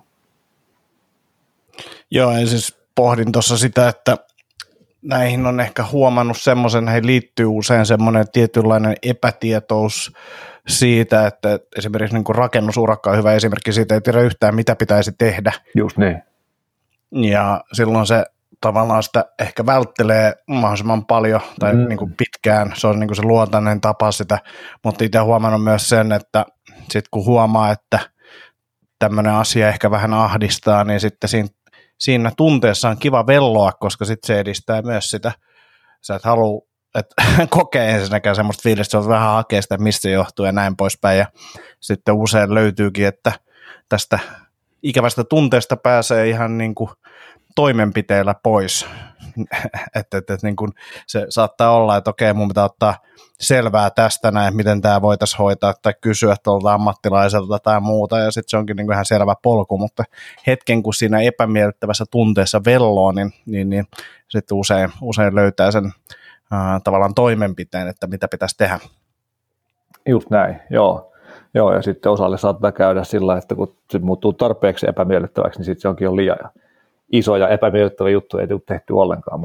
Joo, ja siis pohdin tuossa sitä, että näihin on ehkä huomannut semmoisen, näihin liittyy usein semmoinen tietynlainen epätietous siitä, että esimerkiksi niin kuin rakennusurakka on hyvä esimerkki siitä, ei tiedä yhtään mitä pitäisi tehdä. Just niin. Ja silloin se tavallaan sitä ehkä välttelee mahdollisimman paljon tai niin kuin pitkään, se on niin kuin se luontainen tapa sitä, mutta itse huomannut myös sen, että sitten kun huomaa, että tämmöinen asia ehkä vähän ahdistaa, niin sitten siinä tunteessa on kiva velloa, koska sitten se edistää myös sitä, sä et halua, että kokee ensinnäkään semmoista fiilistä, että vähän hakee sitä, mistä se johtuu ja näin poispäin, ja sitten usein löytyykin, että tästä ikävästä tunteesta pääsee ihan niin kuin toimenpiteillä pois, että niin kuin se saattaa olla, että okei, mun pitää ottaa selvää tästä näin, miten tämä voitaisiin hoitaa tai kysyä tuolta ammattilaiselta tai muuta, ja sitten se onkin niin kuin ihan selvä polku, mutta hetken kun siinä epämiellyttävässä tunteessa velloo, niin sitten usein löytää sen tavallaan toimenpiteen, että mitä pitäisi tehdä. Just näin, joo, ja sitten osalle saattaa käydä sillä, että kun se muuttuu tarpeeksi epämiellyttäväksi, niin sitten se onkin jo liian iso ja epämiellyttävä juttu, ei tule tehty ollenkaan,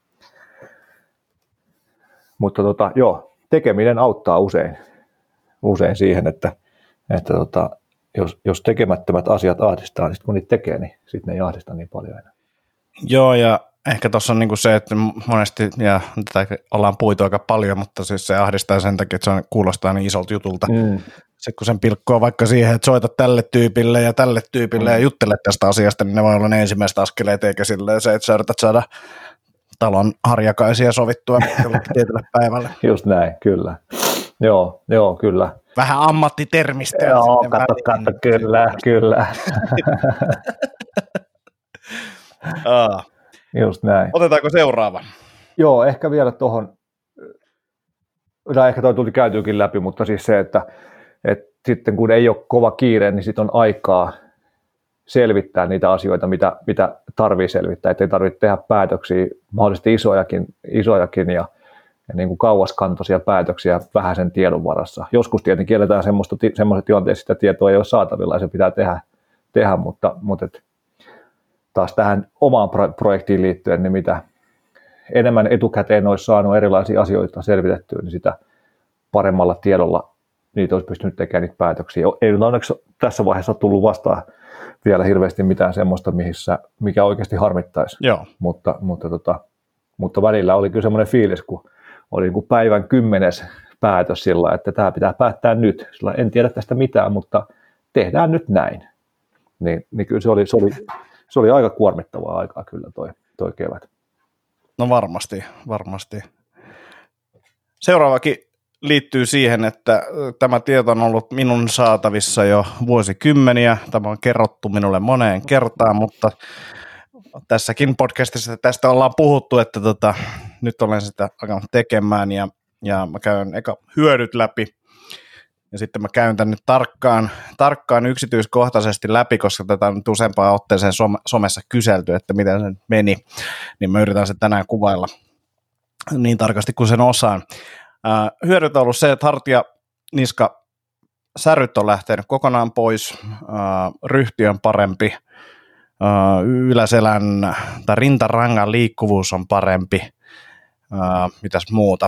mutta joo, tekeminen auttaa usein siihen, että jos tekemättömät asiat ahdistaa, niin kun niitä tekee, niin sitten ne ei ahdista niin paljon enää. Joo, ja ehkä tuossa on niinku se, että monesti, ja tätä ollaan puitu aika paljon, mutta siis se ahdistaa sen takia, että se kuulostaa niin isolta jutulta. Sitten kun sen pilkkoo vaikka siihen, että soita tälle tyypille ja juttele tästä asiasta, niin ne voi olla ne ensimmäiset askeleet, eikä silleen se, että sä yrität saada talon harjakaisia sovittua tietylle päivälle. Just näin, kyllä. Joo, kyllä. Vähän ammattitermistöä. Joo, katso, kyllä. Just näin. Otetaanko seuraava? Joo, ehkä vielä tuohon, ehkä toi tuli käytyykin läpi, mutta siis se, että sitten kun ei ole kova kiire, niin sitten on aikaa selvittää niitä asioita, mitä tarvii selvittää, ettei tarvitse tehdä päätöksiä, mahdollisesti isojakin ja niin kuin kauaskantoisia päätöksiä vähäisen tiedon varassa. Joskus tietenkin eletään semmoiset tilanteessa, sitä tietoa ei ole saatavilla ja se pitää tehdä mutta taas tähän omaan projektiin liittyen, niin mitä enemmän etukäteen olisi saanut erilaisia asioita selvitettyä, niin sitä paremmalla tiedolla niitä olisi pystynyt tekemään niitä päätöksiä. Ei nyt onneksi tässä vaiheessa tullut vastaan vielä hirveästi mitään semmoista, mikä oikeasti harmittaisi. Joo. Mutta välillä oli kyllä semmoinen fiilis, kun oli niin kuin päivän 10. päätös sillä, että tämä pitää päättää nyt. Sillä en tiedä tästä mitään, mutta tehdään nyt näin. Niin kyllä se oli aika kuormittavaa aikaa kyllä toi kevät. No varmasti. Seuraavakin liittyy siihen, että tämä tieto on ollut minun saatavissa jo vuosikymmeniä. Tämä on kerrottu minulle moneen kertaan, mutta tässäkin podcastissa tästä ollaan puhuttu, että nyt olen sitä alkanut tekemään ja mä käyn eka hyödyt läpi ja sitten mä käyn tänne tarkkaan yksityiskohtaisesti läpi, koska tätä on nyt useampaan otteeseen somessa kyselty, että miten se meni, niin mä yritän sen tänään kuvailla niin tarkasti kuin sen osaan. Hyödyt on ollut se, että hartia, niska, säryt on lähtenyt kokonaan pois, ryhti on parempi, yläselän tai rintarangan liikkuvuus on parempi, mitäs muuta.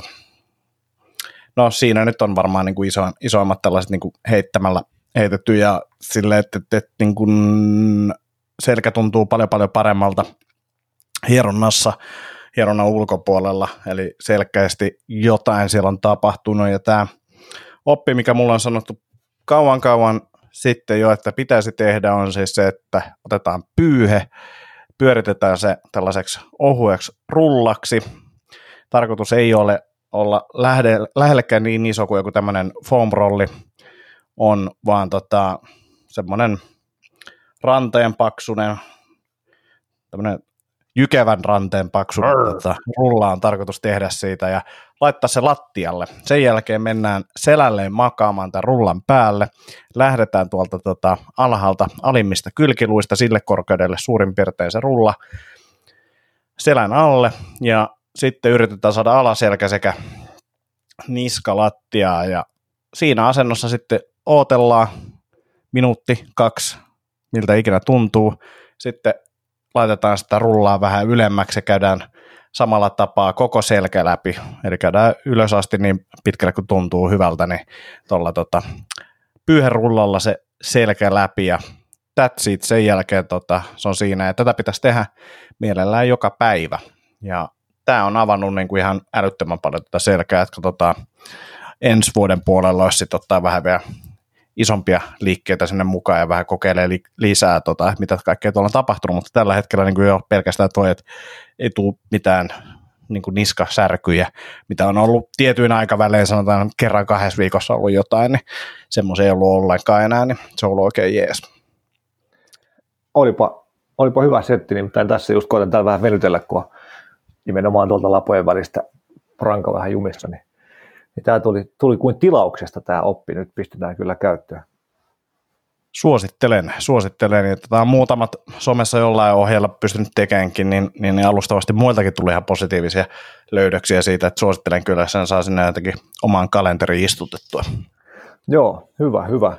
No siinä nyt on varmaan niin kuin isoimmat tällaiset niin kuin heittämällä heitetty ja silleen, että niin kuin selkä tuntuu paljon paremmalta hieronnan ulkopuolella, eli selkeästi jotain siellä on tapahtunut ja tämä oppi, mikä mulla on sanottu kauan sitten jo, että pitäisi tehdä, on siis se, että otetaan pyyhe, pyöritetään se tällaiseksi ohueksi rullaksi. Tarkoitus ei ole olla lähellekään niin iso kuin joku tämmöinen foam-rolli on, vaan semmoinen ranteen paksunen, tämmöinen jykevän ranteen paksunen rulla on tarkoitus tehdä siitä ja laittaa se lattialle. Sen jälkeen mennään selälleen makaamaan tämän rullan päälle, lähdetään tuolta alhaalta alimmista kylkiluista sille korkeudelle suurin piirtein se rulla selän alle ja sitten yritetään saada alaselkä sekä niska lattiaa ja siinä asennossa sitten odotellaan minuutti, 2, miltä ikinä tuntuu. Sitten laitetaan sitä rullaa vähän ylemmäksi ja käydään samalla tapaa koko selkä läpi. Eli käydään ylös asti niin pitkälle kuin tuntuu hyvältä, niin tuolla pyyherullalla se selkä läpi ja that's it. Sen jälkeen se on siinä ja tätä pitäisi tehdä mielellään joka päivä. Ja tämä on avannut niin kuin ihan älyttömän paljon tätä selkää, että ensi vuoden puolella olisi sitten ottaa vähän vielä isompia liikkeitä sinne mukaan ja vähän kokeilee lisää, mitä kaikkea tuolla on tapahtunut, mutta tällä hetkellä niin kuin jo pelkästään toi, että ei tule mitään niin kuin niskasärkyjä, mitä on ollut tietyin aikavälein, sanotaan kerran 2 viikossa ollut jotain, niin semmoisia ei ollut ollenkaan enää, niin se on ollut oikein jees. Olipa hyvä setti, nimittäin tässä just koitan täällä vähän venytellä, kun on nimenomaan tuolta lapojen välistä ranka vähän jumissa, niin tämä tuli kuin tilauksesta tämä oppi, nyt pistetään kyllä käyttöön. Suosittelen, että tämä on muutamat somessa jollain ohjeella pystynyt tekemäänkin, niin alustavasti muiltakin tuli ihan positiivisia löydöksiä siitä, että suosittelen kyllä, sen saa sinne jotenkin omaan kalenteriin istutettua. Joo, hyvä.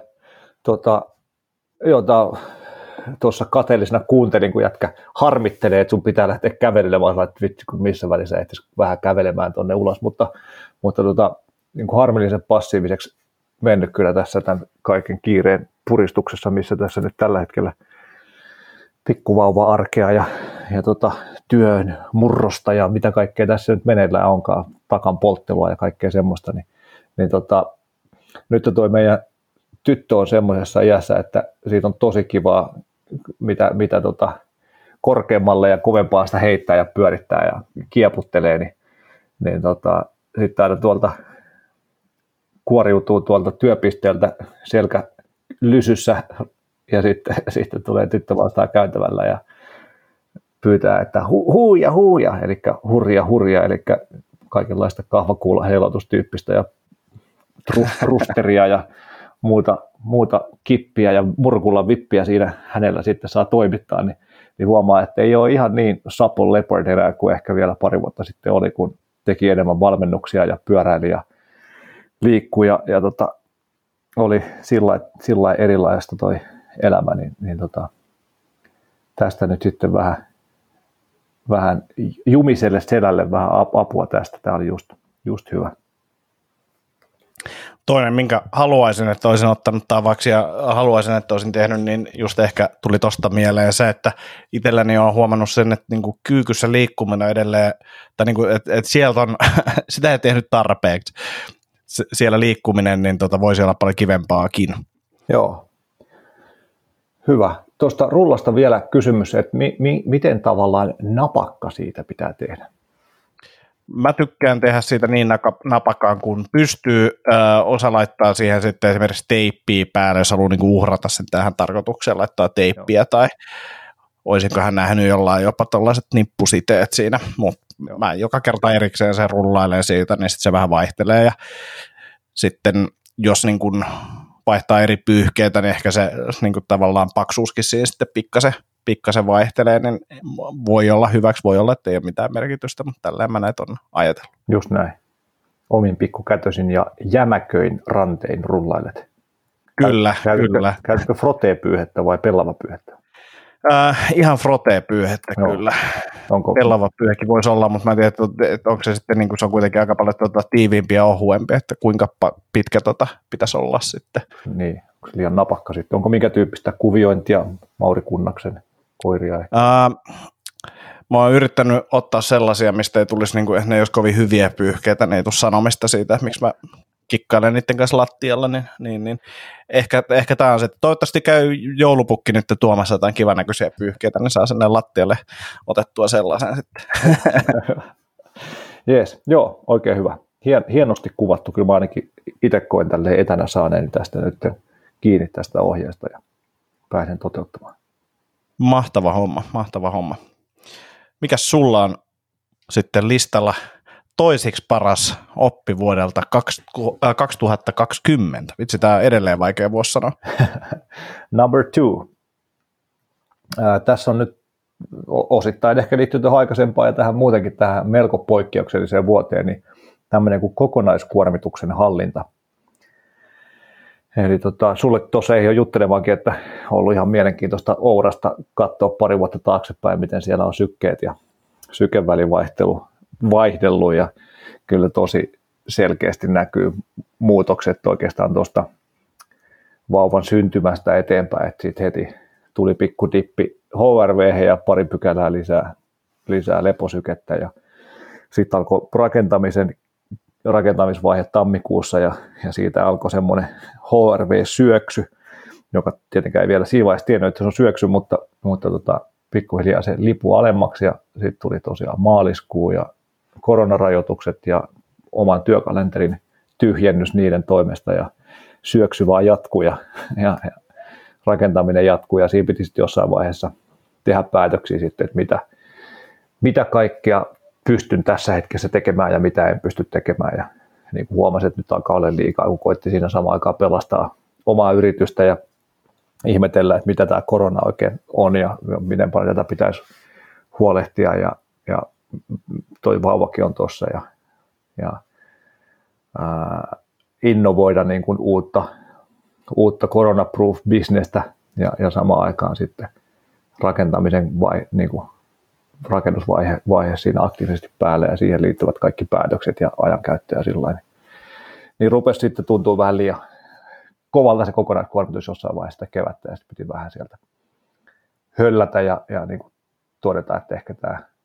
Tuossa kateellisena kuuntelin, kun jätkä harmittelee, että sun pitää lähteä kävelemään, että vitsi, kun missä välissä ehtis vähän kävelemään tuonne ulos, mutta niin kuin harmillisen passiiviseksi mennyt kyllä tässä tämän kaiken kiireen puristuksessa, missä tässä nyt tällä hetkellä pikkuvauva-arkea ja työn murrosta ja mitä kaikkea tässä nyt meneillään onkaan, takan polttelua ja kaikkea semmoista, niin nyt tuo meidän tyttö on semmoisessa iässä, että siitä on tosi kivaa, mitä korkeammalle ja kovempaa sitä heittää ja pyörittää ja kieputtelee, niin sitten aina tuolta kuoriutuu tuolta työpisteeltä selkä lysyssä ja sitten tulee tyttö vastaan käytävällä ja pyytää, että huuja, eli hurja, eli kaikenlaista kahvakuulla heilautustyyppistä ja trusteria ja muuta kippiä ja murkulla vippiä siinä hänellä sitten saa toimittaa, niin huomaa, että ei ole ihan niin Supple Leopard enää kuin ehkä vielä pari vuotta sitten oli, kun teki enemmän valmennuksia ja pyöräili ja liikkui ja oli sillä erilaista toi elämä, niin tästä nyt sitten vähän jumiselle selälle vähän apua tästä, tämä oli just hyvä. Toinen, minkä haluaisin, että olisin ottanut tavaksi ja haluaisin, että olisin tehnyt, niin just ehkä tuli tuosta mieleen se, että itselläni olen huomannut sen, että niinku kyykyssä liikkuminen edelleen, tai niinku, että sieltä on, sitä ei tehnyt tarpeeksi. Siellä liikkuminen, niin voisi olla paljon kivempaakin. Joo, hyvä. Tuosta rullasta vielä kysymys, että miten tavallaan napakka siitä pitää tehdä? Mä tykkään tehdä siitä niin napakkaan kuin pystyy. Osa laittaa siihen sitten esimerkiksi teippiä päälle, jos haluaa niinku uhrata sen tähän tarkoitukseen, laittaa teippiä tai olisinkohan nähnyt jollain jopa tällaiset nippusiteet siinä, mutta mä joka kerta erikseen sen rullailen siitä, niin sitten se vähän vaihtelee ja sitten jos niin kun vaihtaa eri pyyhkeitä, niin ehkä se niin kun tavallaan paksuuskin siinä sitten pikkasen vaihtelee, niin voi olla hyväksi, voi olla, että ei ole mitään merkitystä, mutta tälleen mä näitä on ajatellut. Just näin. Omin pikkukätösin ja jämäköin rantein rullailet. Kyllä. Käytätkö frotee-pyyhettä vai pellava-pyyhettä? Ihan frotee-pyyhettä kyllä. Pellava pyyhekin voisi olla, mutta mä en tiedä, että onko se sitten, niin kuin se on kuitenkin aika paljon tiiviimpi ja ohuempi, että kuinka pitkä pitäisi olla sitten. Niin, onko se liian napakka sitten? Onko minkä tyyppistä kuviointia Mauri Kunnaksen koiria? Mä oon yrittänyt ottaa sellaisia, mistä ei tulisi, niin kuin, ne ei olisi kovin hyviä pyyhkeitä, ne ei tule sanomista siitä, että miksi mä kikkailen niiden kanssa lattialla, niin ehkä tämä on se, että toivottavasti käy joulupukki nyt tuomassa jotain kivan näköisiä pyyhkeitä, niin saa sinne lattialle otettua sellaisen sitten. Jees, joo, oikein hyvä. hienosti kuvattu. Kyllä mä ainakin itse koen tälleen etänä saaneeni tästä nyt kiinni tästä ohjeesta ja pääsen toteuttamaan. Mahtava homma. Mikäs sulla on sitten listalla toisiksi paras oppi vuodelta 2020? Vitsi, tämä on edelleen vaikea vuosi sanoa. Number 2. Tässä on nyt osittain ehkä liittyy tuohon aikaisempaan ja tähän muutenkin tähän melko poikkeukselliseen vuoteen, niin tämmöinen kuin kokonaiskuormituksen hallinta. Eli sulle tuossa ei ole juttelemaankin, että on ollut ihan mielenkiintoista Ourasta katsoa pari vuotta taaksepäin, miten siellä on sykkeet ja sykevälin vaihdellut ja kyllä tosi selkeästi näkyy muutokset oikeastaan tuosta vauvan syntymästä eteenpäin, että siitä heti tuli pikku dippi HRV ja pari pykälää lisää leposykettä ja sitten alkoi rakentamisvaihe tammikuussa ja siitä alkoi semmoinen HRV-syöksy, joka tietenkään ei vielä siinä vaiheessa tiennyt, että se on syöksy, mutta pikkuhiljaa se lipui alemmaksi ja sitten tuli tosiaan maaliskuu ja koronarajoitukset ja oman työkalenterin tyhjennys niiden toimesta ja syöksy vaan jatkuu ja rakentaminen jatkuu ja siinä piti sitten jossain vaiheessa tehdä päätöksiä sitten, että mitä kaikkea pystyn tässä hetkessä tekemään ja mitä en pysty tekemään ja niin kuin huomasin, että nyt alkaa olla liikaa, kun koitti siinä samaan aikaan pelastaa omaa yritystä ja ihmetellä, että mitä tämä korona oikein on ja miten paljon tätä pitäisi huolehtia ja toi vauvakin on tuossa ja innovoida niin kuin uutta corona-proof businessta ja samaan aikaan sitten rakentamisen niin kuin rakennusvaihe siinä aktiivisesti päälle ja siihen liittyvät kaikki päätökset ja ajankäyttö ja sillain. Niin rupesi sitten tuntua vähän liian kovalta se kokonaiskuormitus jossain vaiheessa kevättä ja sitten piti vähän sieltä höllätä ja niin kuin todeta, että ehkä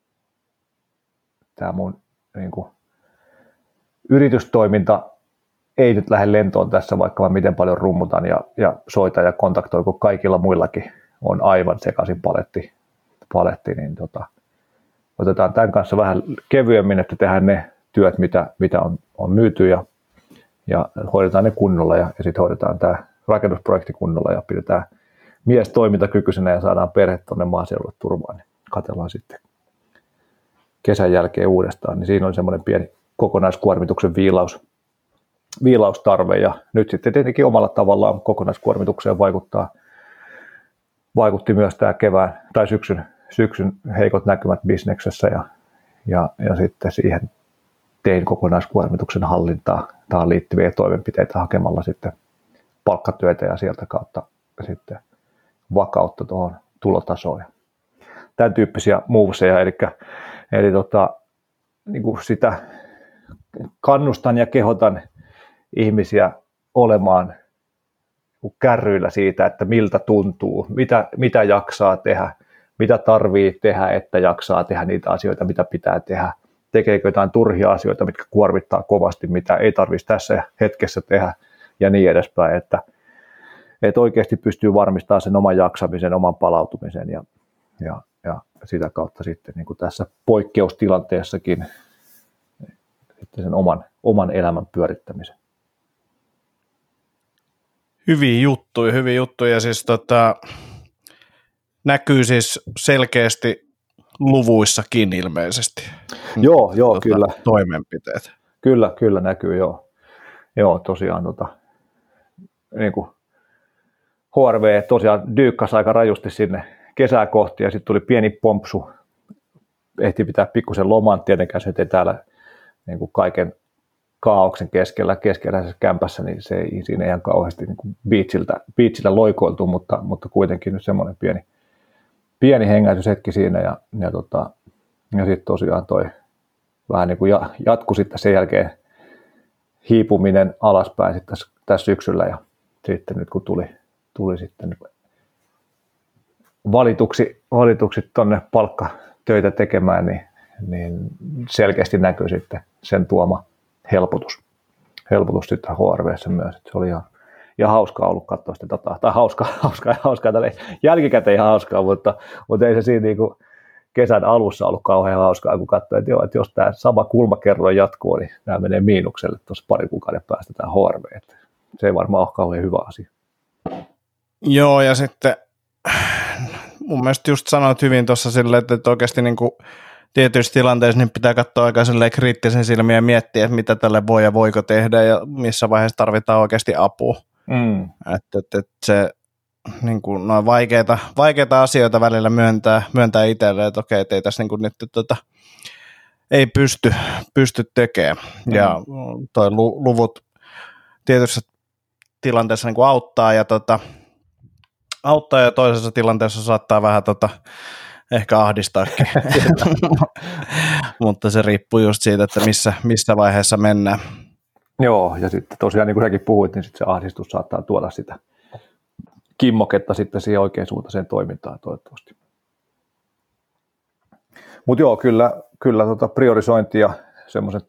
tämä mun niin kuin yritystoiminta ei nyt lähde lentoon tässä, vaikka mä miten paljon rummutan ja soitan ja kontaktoin, kun kaikilla muillakin on aivan sekaisin paletti niin otetaan tämän kanssa vähän kevyemmin, että tehdään ne työt, mitä on myyty ja hoidetaan ne kunnolla ja sitten hoidetaan tämä rakennusprojekti kunnolla ja pidetään mies toimintakykyisenä ja saadaan perhe tuonne maaseudulle turvaan. Niin katsellaan sitten kesän jälkeen uudestaan, niin siinä on semmoinen pieni kokonaiskuormituksen viilaustarve ja nyt sitten tietenkin omalla tavallaan kokonaiskuormitukseen vaikutti myös tämä kevään tai syksyn heikot näkymät bisneksessä ja sitten siihen tein kokonaiskuormituksen hallintaa tähän liittyviä toimenpiteitä hakemalla sitten palkkatyötä ja sieltä kautta sitten vakautta tuohon tulotasoon. Tämän tyyppisiä moveseja, eli niin kuin sitä kannustan ja kehotan ihmisiä olemaan kärryillä siitä, että miltä tuntuu, mitä jaksaa tehdä, mitä tarvii tehdä, että jaksaa tehdä niitä asioita, mitä pitää tehdä. Tekeekö jotain turhia asioita, mitkä kuormittaa kovasti, mitä ei tarvitsisi tässä hetkessä tehdä ja niin edespäin. Että oikeasti pystyy varmistamaan sen oman jaksamisen, oman palautumisen ja sitä kautta sitten niin kuin tässä poikkeustilanteessakin sitten sen oman elämän pyörittämisen. Hyviä juttuja. Siis näkyy siis selkeästi luvuissakin ilmeisesti. Joo, kyllä. Toimenpiteet. Kyllä näkyy, joo. Joo, tosiaan niin kuin HRV tosiaan dyykkasi aika rajusti sinne kesää kohti ja sitten tuli pieni pompsu. Ehti pitää pikkusen loman, tietenkään se ei täällä niin kuin kaiken kaaoksen keskeläisessä kämpässä, niin se ei siinä ihan kauheasti niin kuin beachillä loikoiltu, mutta kuitenkin nyt semmoinen pieni hengähdyshetki siinä ja sitten tosiaan toi vähän niin kuin jatkui sitten sen jälkeen hiipuminen alaspäin sitten tässä syksyllä ja sitten nyt kun tuli sitten valituksi tuonne palkkatöitä tekemään, niin selkeästi näkyy sitten sen tuoma helpotus sitten HRV:ssä myös, että se oli ihan hauskaa ollut katsoa sitä dataa, tai hauskaa tälle jälkikäteen ihan hauskaa, mutta ei se siinä niinku kesän alussa ollut kauhean hauskaa, kun katsoin, että jos tämä sama kulmakerroin jatkuu, niin nämä menee miinukselle tuossa pari kuukauden päästä tämä HRV. Että se ei varmaan ole kauhean hyvä asia. Joo, ja sitten mun mielestä just sanoit hyvin tuossa silleen, että oikeasti niin kuin tietyissä tilanteissa niin pitää katsoa aika kriittisen silmiä ja miettiä, että mitä tälle voi ja voiko tehdä ja missä vaiheessa tarvitaan oikeasti apua. Että se niin kuin noin vaikeita asioita välillä myöntää itselleen, että okei, että ei tässä niin kuin nyt ei pysty tekemään. Ja toi luvut tietyissä tilanteessa niin kuin auttaa ja toisessa tilanteessa saattaa vähän ehkä ahdistaakin. Mutta se riippuu just siitä, että missä vaiheessa mennään. Joo, ja sitten tosiaan niin kuin säkin puhuit, niin sitten se ahdistus saattaa tuoda sitä kimmoketta sitten siihen oikein suuntaiseen toimintaan toivottavasti. Mutta joo, kyllä priorisointi ja semmoisen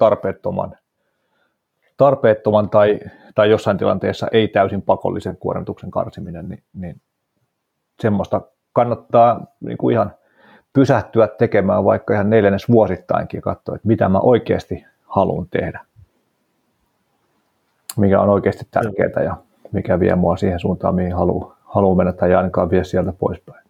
tarpeettoman tai jossain tilanteessa ei täysin pakollisen kuormituksen karsiminen, niin semmoista kannattaa niin kuin ihan pysähtyä tekemään vaikka ihan 4. vuosittainkin ja katsoa, että mitä mä oikeasti haluan tehdä. Mikä on oikeasti tärkeää ja mikä vie mua siihen suuntaan, mihin haluaa mennä tai ainakaan vie sieltä poispäin.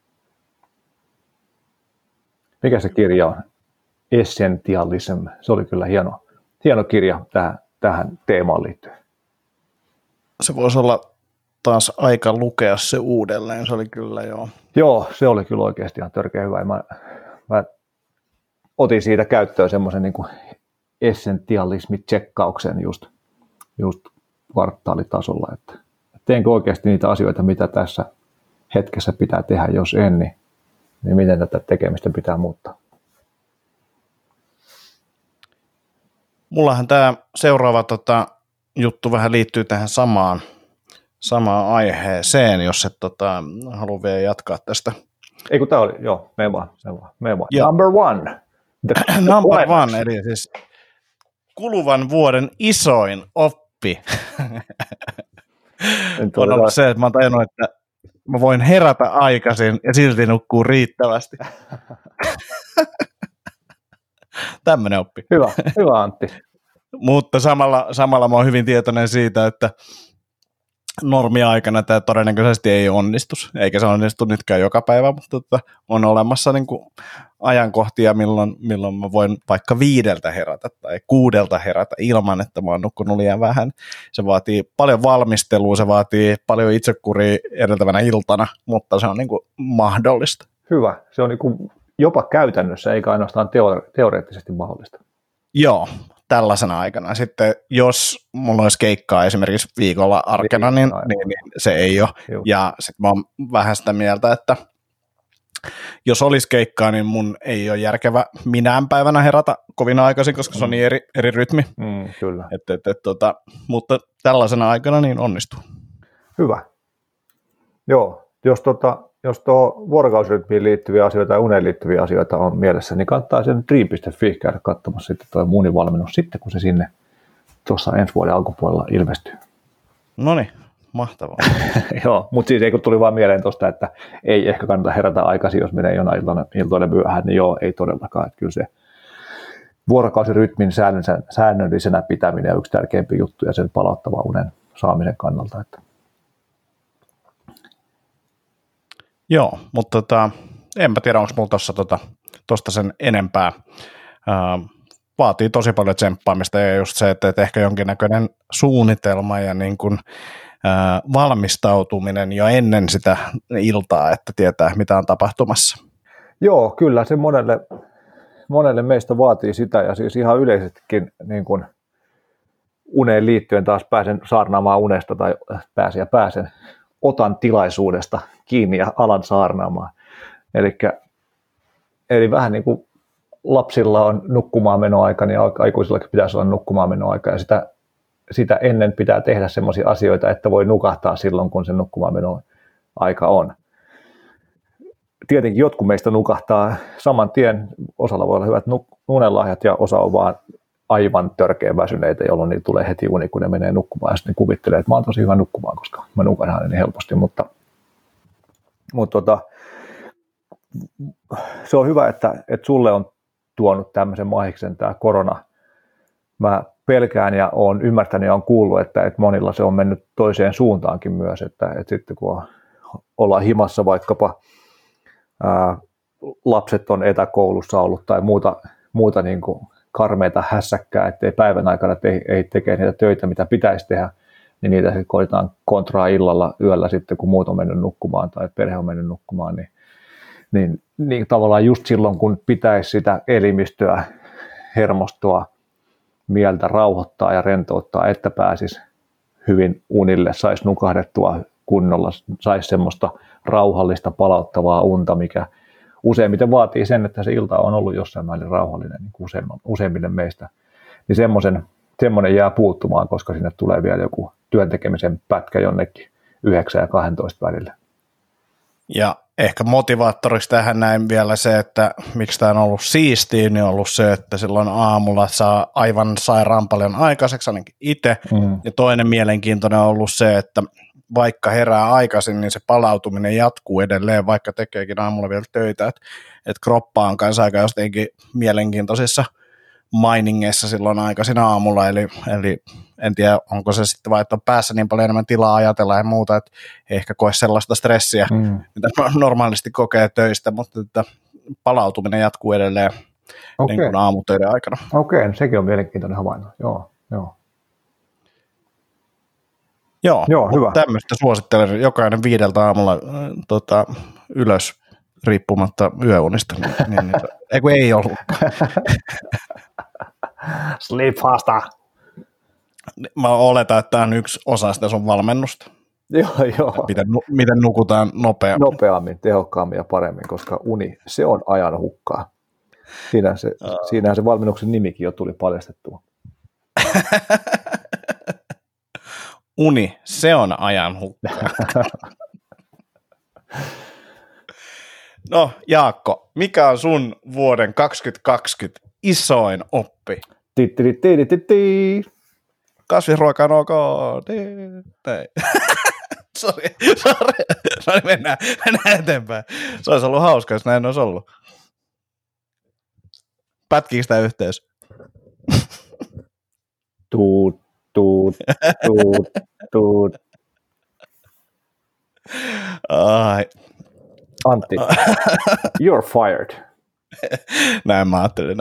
Mikä se kirja on? Essentialism. Se oli kyllä hieno kirja tähän teemaan liittyen. Se voisi olla taas aika lukea se uudelleen, se oli kyllä joo. Joo, se oli kyllä oikeasti ihan törkeä hyvä. Mä otin siitä käyttöön semmoisen niin kuin essentialismi-tsekkauksen just kvartaalitasolla, että teenkö oikeasti niitä asioita, mitä tässä hetkessä pitää tehdä, jos en, niin miten tätä tekemistä pitää muuttaa. Mullahan tämä seuraava juttu vähän liittyy tähän samaan aiheeseen, jos et halua vielä jatkaa tästä. Ei kun tämä oli, joo, mene vaan. Number one. Number one, eli siis kuluvan vuoden isoin oppi on ollut se, että mä oon tajunnut, että mä voin herätä aikaisin ja silti nukkuu riittävästi. Tämmöinen oppi. Hyvä Antti. Mutta samalla mä oon hyvin tietoinen siitä, että normiaikana tämä todennäköisesti ei onnistu, eikä se onnistu nytkään joka päivä, mutta on olemassa niin kuin ajankohtia, milloin mä voin vaikka 5 herätä tai 6 herätä ilman, että mä oon nukkunut liian vähän. Se vaatii paljon valmistelua, se vaatii paljon itsekuria edeltävänä iltana, mutta se on niin kuin mahdollista. Hyvä. Se on niin kuin jopa käytännössä, eikä ainoastaan teoreettisesti mahdollista. Joo, tällaisena aikana. Sitten jos mulla olisi keikkaa esimerkiksi viikolla arkena, niin se ei ole. Joo. Ja sitten mä oon vähän sitä mieltä, että jos olisi keikkaa, niin mun ei ole järkevä minään päivänä herätä kovin aikaisin, koska se on niin eri rytmi. Kyllä. Mutta tällaisena aikana niin onnistuu. Hyvä. Joo, jos vuorokausirytmiin liittyviä asioita ja uneen liittyviä asioita on mielessä, niin kannattaa sen dream.fi käydä katsomassa sitten tuo muunivalmennus sitten, kun se sinne tuossa ensi vuoden alkupuolella ilmestyy. Noniin, mahtavaa. Joo, mutta siis ei kun tuli vaan mieleen tuosta, että ei ehkä kannata herätä aikaisin, jos menee jonain iltoinen myöhään, niin joo, ei todellakaan. Että kyllä se vuorokausirytmin säännöllisenä pitäminen on yksi tärkeimpiä juttuja sen palauttava unen saamisen kannalta. Että. Joo, mutta enpä tiedä, onko mulla tuosta sen enempää. Vaatii tosi paljon tsemppaamista ja just se, että ehkä jonkinnäköinen suunnitelma ja niin kuin, valmistautuminen jo ennen sitä iltaa, että tietää, mitä on tapahtumassa. Joo, kyllä se monelle meistä vaatii sitä ja siis ihan yleisestikin niin kuin uneen liittyen taas pääsen saarnaamaan unesta tai pääsen otan tilaisuudesta kiinni ja alan saarnaamaan. Eli vähän niin kuin lapsilla on nukkumaan menoaika, niin aikuisillakin pitäisi olla nukkumaan menoaika, ja sitä ennen pitää tehdä sellaisia asioita, että voi nukahtaa silloin, kun se nukkumaan menoaika on. Tietenkin jotkut meistä nukahtaa saman tien, osalla voi olla hyvät unenlahjat, ja osa on vaan aivan törkeä väsyneitä, jolloin niillä tulee heti uni, kun ne menee nukkumaan, ja sitten ne kuvittelee, että mä oon tosi hyvä nukkumaan, koska mä nukan niin helposti, mutta se on hyvä, että sulle on tuonut tämmöisen mahiksen tämä korona. Mä pelkään ja olen ymmärtänyt ja olen kuullut, että monilla se on mennyt toiseen suuntaankin myös, että sitten kun ollaan himassa vaikkapa lapset on etäkoulussa ollut tai muuta niin kuin karmeita hässäkkää, ettei päivän aikana ei tekee niitä töitä, mitä pitäisi tehdä, niin niitä sitten koitetaan kontraa illalla yöllä sitten, kun muut on mennyt nukkumaan tai perhe on mennyt nukkumaan, niin tavallaan just silloin, kun pitäisi sitä elimistöä, hermostoa, mieltä rauhoittaa ja rentouttaa, että pääsisi hyvin unille, saisi nukahdettua kunnolla, saisi semmoista rauhallista palauttavaa unta, mikä useimmiten vaatii sen, että se ilta on ollut jossain määrin rauhallinen niin kuin useimmille meistä, niin semmoinen jää puuttumaan, koska sinne tulee vielä joku työntekemisen pätkä jonnekin 9 ja 12 välillä. Ja ehkä motivaattoriksi tähän näin vielä se, että miksi tämä on ollut siistiä, niin on ollut se, että silloin aamulla saa aivan sairaan paljon aikaiseksi, ainakin itse. Ja toinen mielenkiintoinen on ollut se, että vaikka herää aikaisin, niin se palautuminen jatkuu edelleen, vaikka tekeekin aamulla vielä töitä. Että kroppa on kanssa aika jotenkin mielenkiintoisissa mainingeissa silloin aikaisin aamulla, eli en tiedä, onko se sitten vai, että on päässä niin paljon enemmän tilaa ajatella ja muuta, että ei ehkä koe sellaista stressiä, mitä normaalisti kokee töistä, mutta että palautuminen jatkuu edelleen niin kuin aamutöiden aikana. Okei, no sekin on mielenkiintoinen havainto, joo. Joo, hyvä. Tämmöistä suosittelen jokainen 5 aamulla ylös riippumatta yöunista. Ei ollut. Sleep faster. Mä oletan, että tämä on yksi osa sitä sun valmennusta. Joo. Miten nukutaan nopeammin. Nopeammin, tehokkaammin ja paremmin, koska uni, se on ajan hukkaa. Siinähän se valmennuksen nimikin jo tuli paljastettua. Uni, se on ajan hukkaa. No Jaakko, mikä on sun vuoden 2020 isoin oppi? Kasvisruoka on ok. Sori. Mennään eteenpäin. Se olisi ollut hauska, jos näin olisi ollut. Pätkiikö sitä yhteys? Tuut. Ai. Antti, you're fired. Näin mä ajattelin.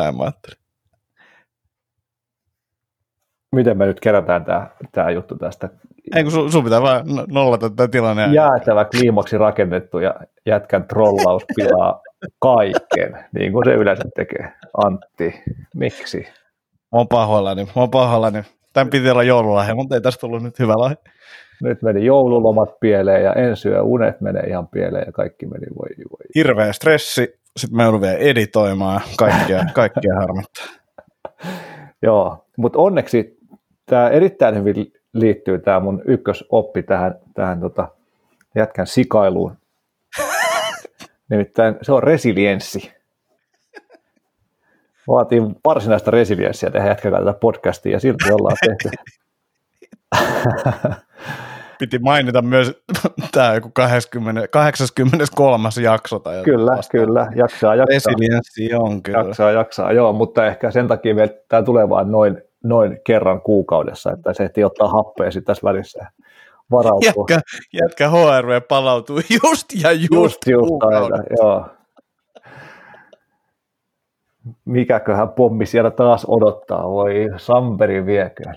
Miten me nyt kerätään tämä juttu tästä? Ei kun sun pitää vaan nollata tämä tilanne. Jäätävä kliimaksi rakennettu ja jätkän trollaus pilaa kaiken, niin kuin se yleensä tekee. Antti, miksi? Mä oon pahoillani. Tämän piti olla joululahja, mutta ei tästä tullut nyt hyvä lahja. Nyt meni joululomat pieleen ja ensi yö unet menee ihan pieleen ja kaikki meni voi. Hirveä stressi, sitten mä joudun vielä editoimaan kaikkia harmittaa. Joo, mutta onneksi tämä erittäin hyvin liittyy tämä mun ykkösoppi tähän jätkän sikailuun. Nimittäin se on resilienssi. Vaatii varsinaista resilienssiä tehdä jätkän tätä podcastia ja silti ollaan tehty. Piti mainita myös tämä joku 83. jakso. Tai kyllä, jaksaa. Resilienssi on kyllä. Jaksaa, joo, mutta ehkä sen takia tämä tulee vain noin kerran kuukaudessa, että se ehtii ottaa happea sitten tässä välissä varautuu. Jätkä HRV palautuu just aina, joo. Mikäköhän pommi siellä taas odottaa, voi Samperi vieköön.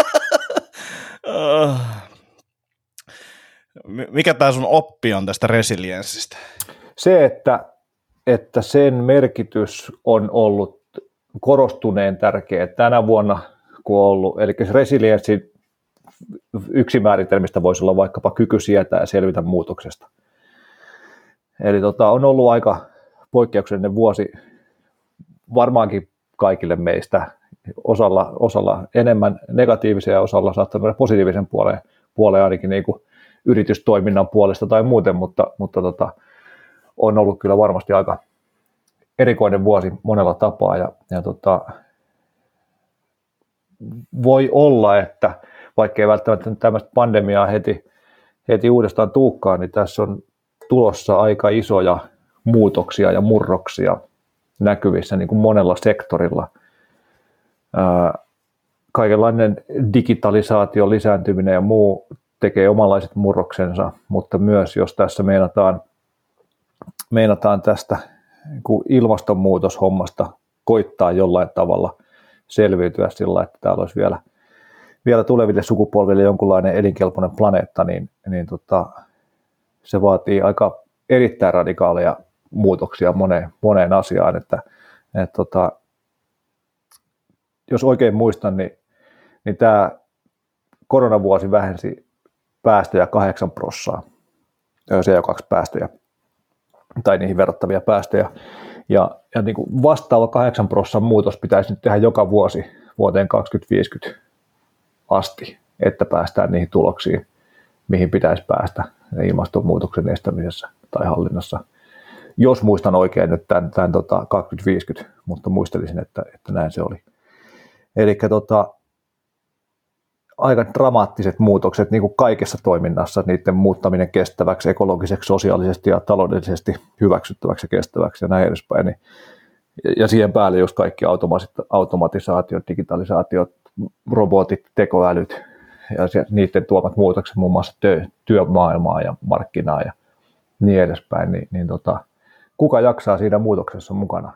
Mikä tämä sun oppi on tästä resilienssistä? Se, että sen merkitys on ollut korostuneen tärkeä tänä vuonna, kun on ollut. Eli resilienssi yksi määritelmistä voisi olla vaikkapa kyky sietää ja selvitä muutoksesta. Eli on ollut aika poikkeuksellinen vuosi varmaankin kaikille meistä. Osalla enemmän negatiivisia ja osalla saattanut olla positiivisen puoleen ainakin niin kuin yritystoiminnan puolesta tai muuten, mutta on ollut kyllä varmasti aika erikoinen vuosi monella tapaa ja voi olla, että vaikka ei välttämättä tämmöistä pandemiaa heti uudestaan tuukkaan, niin tässä on tulossa aika isoja muutoksia ja murroksia näkyvissä niin kuin monella sektorilla. Kaikenlainen digitalisaation lisääntyminen ja muu tekee omanlaiset murroksensa, mutta myös jos tässä meinataan tästä niin kuin ilmastonmuutoshommasta koittaa jollain tavalla selviytyä sillä, että täällä olisi vielä tuleville sukupolville jonkunlainen elinkelpoinen planeetta, niin se vaatii aika erittäin radikaaleja muutoksia moneen asiaan, että jos oikein muistan, niin tämä koronavuosi vähensi päästöjä 8%, CO2-päästöjä tai niihin verrattavia päästöjä, ja niin kuin vastaava 8% muutos pitäisi nyt tehdä joka vuosi vuoteen 2050 asti, että päästään niihin tuloksiin, mihin pitäisi päästä ilmastonmuutoksen estämisessä tai hallinnassa. Jos muistan oikein nyt tämän 2050, mutta muistelisin, että näin se oli. Eli aika dramaattiset muutokset niin kuin kaikessa toiminnassa, niiden muuttaminen kestäväksi, ekologiseksi, sosiaalisesti ja taloudellisesti hyväksyttäväksi ja kestäväksi ja näin edespäin. Ja siihen päälle just kaikki automatisaatiot, digitalisaatiot, robotit, tekoälyt ja niiden tuomat muutokset muun muassa työmaailmaa ja markkinaa ja niin edespäin. Kuka jaksaa siinä muutoksessa mukana?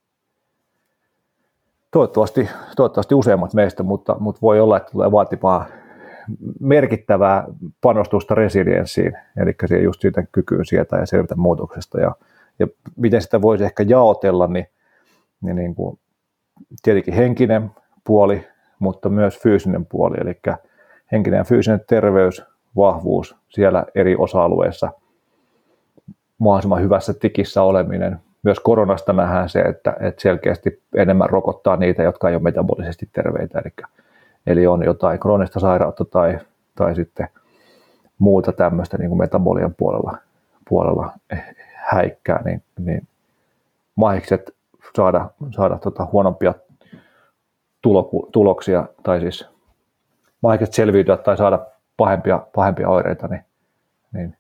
Toivottavasti useimmat meistä, mutta voi olla, että tulee vaatimaan merkittävää panostusta resilienssiin, eli siihen just siitä kykyyn sietää ja selvitä muutoksesta. Ja miten sitä voisi ehkä jaotella, niin kuin tietenkin henkinen puoli, mutta myös fyysinen puoli, eli henkinen ja fyysinen terveys, vahvuus siellä eri osa-alueissa, mahdollisimman hyvässä tikissä oleminen. Myös koronasta nähdään se, että selkeästi enemmän rokottaa niitä, jotka ei ole metabolisesti terveitä, eli on jotain kroonista sairautta tai sitten muuta tämmöistä niin kuin metabolian puolella häikkää, niin mahikset saada huonompia tuloksia, tai siis mahikset selviytyä tai saada pahempia oireita, niin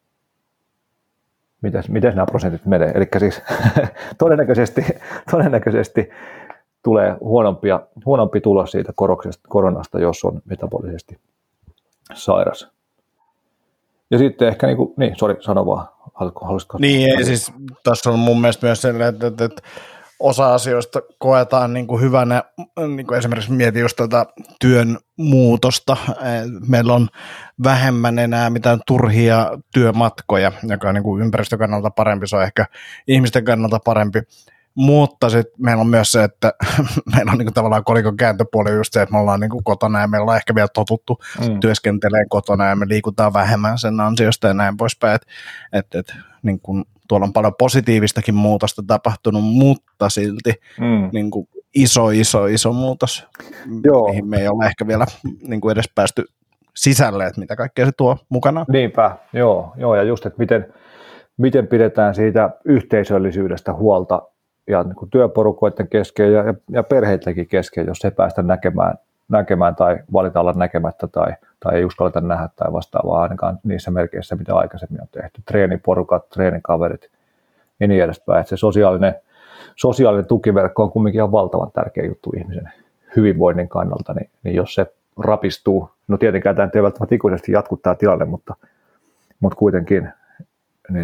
miten nämä prosentit menee? Eli siis todennäköisesti tulee huonompi tulos siitä koronasta, jos on metabolisesti sairas. Ja sitten ehkä, sano vaan, haluaisitko? Niin, siis tässä on mun mielestä myös sellainen, että osa asioista koetaan niin kuin hyvänä, niin kuin esimerkiksi mietin just työn muutosta. Meillä on vähemmän enää mitään turhia työmatkoja, joka on niin kuin ympäristön kannalta parempi, se on ehkä ihmisten kannalta parempi. Mutta sitten meillä on myös se, että meillä on niin kuin tavallaan kolikon kääntöpuoli just se, että me ollaan niin kuin kotona ja meillä on ehkä vielä totuttu työskentelemään kotona ja me liikutaan vähemmän sen ansiosta ja näin poispäin. Että niin kuin tuolla on paljon positiivistakin muutosta tapahtunut, mutta silti niin kuin iso muutos, mihin me ei ole ehkä vielä niin kuin edes päästy sisälle, että mitä kaikkea se tuo mukana. Niinpä, joo ja just, että miten pidetään siitä yhteisöllisyydestä huolta ja niin kuin työporukoiden kesken ja perheidenkin kesken, jos ei päästä näkemään tai valita olla näkemättä tai ei uskalleta nähdä tai vastaavaa ainakaan niissä merkeissä, mitä aikaisemmin on tehty. Treeniporukat, treenikaverit ja niin edespäin. Että se sosiaalinen tukiverkko on kuitenkin ihan valtavan tärkeä juttu ihmisen hyvinvoinnin kannalta, niin jos se rapistuu, no tietenkään tämä ei välttämättä ikuisesti jatku tämä tilanne, mutta kuitenkin niin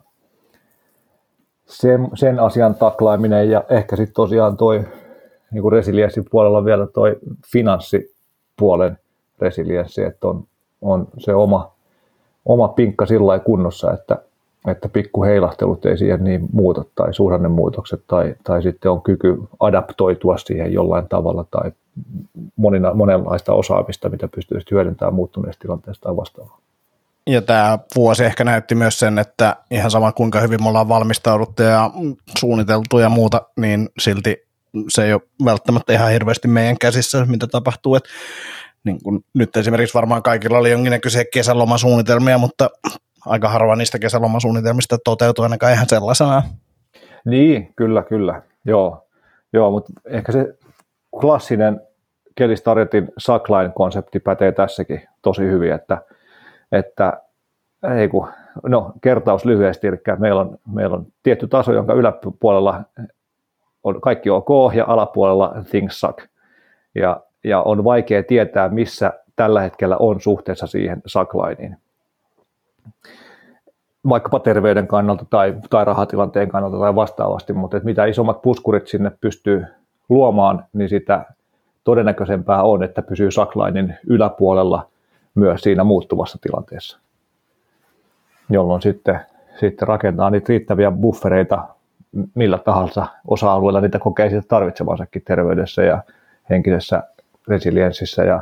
sen asian taklaaminen ja ehkä sitten tosiaan toi niin kuin resilienssin puolella vielä toi finanssipuolen resilienssi, että on se oma pinkka sillä lailla kunnossa, että pikku heilahtelut ei siihen niin muuta tai suhdannemuutokset tai sitten on kyky adaptoitua siihen jollain tavalla tai monenlaista osaamista, mitä pystyy hyödyntämään muuttuneesta tilanteesta tai vastaavaa. Ja tämä vuosi ehkä näytti myös sen, että ihan sama kuinka hyvin me ollaan valmistauduttu ja suunniteltu ja muuta, niin silti se ei ole välttämättä ihan hirveästi meidän käsissä, mitä tapahtuu. Et niin kun nyt esimerkiksi varmaan kaikilla oli jonkinnäköisiä kesälomasuunnitelmia, mutta aika harva niistä kesälomasuunnitelmista toteutuu ainakaan ihan sellaisena. Niin, kyllä. Joo, mutta ehkä se klassinen Kelly Starretin Suckline-konsepti pätee tässäkin tosi hyvin, että kertaus lyhyesti, eli meillä on tietty taso, jonka yläpuolella on kaikki ok ja alapuolella things suck. Ja on vaikea tietää, missä tällä hetkellä on suhteessa siihen sucklineen. Vaikkapa terveyden kannalta tai rahatilanteen kannalta tai vastaavasti, mutta mitä isommat puskurit sinne pystyy luomaan, niin sitä todennäköisempää on, että pysyy sucklineen yläpuolella myös siinä muuttuvassa tilanteessa, jolloin sitten rakentaa niitä riittäviä buffereita millä tahansa osa-alueella niitä kokee sitten tarvitsevansakin terveydessä ja henkisessä resilienssissä ja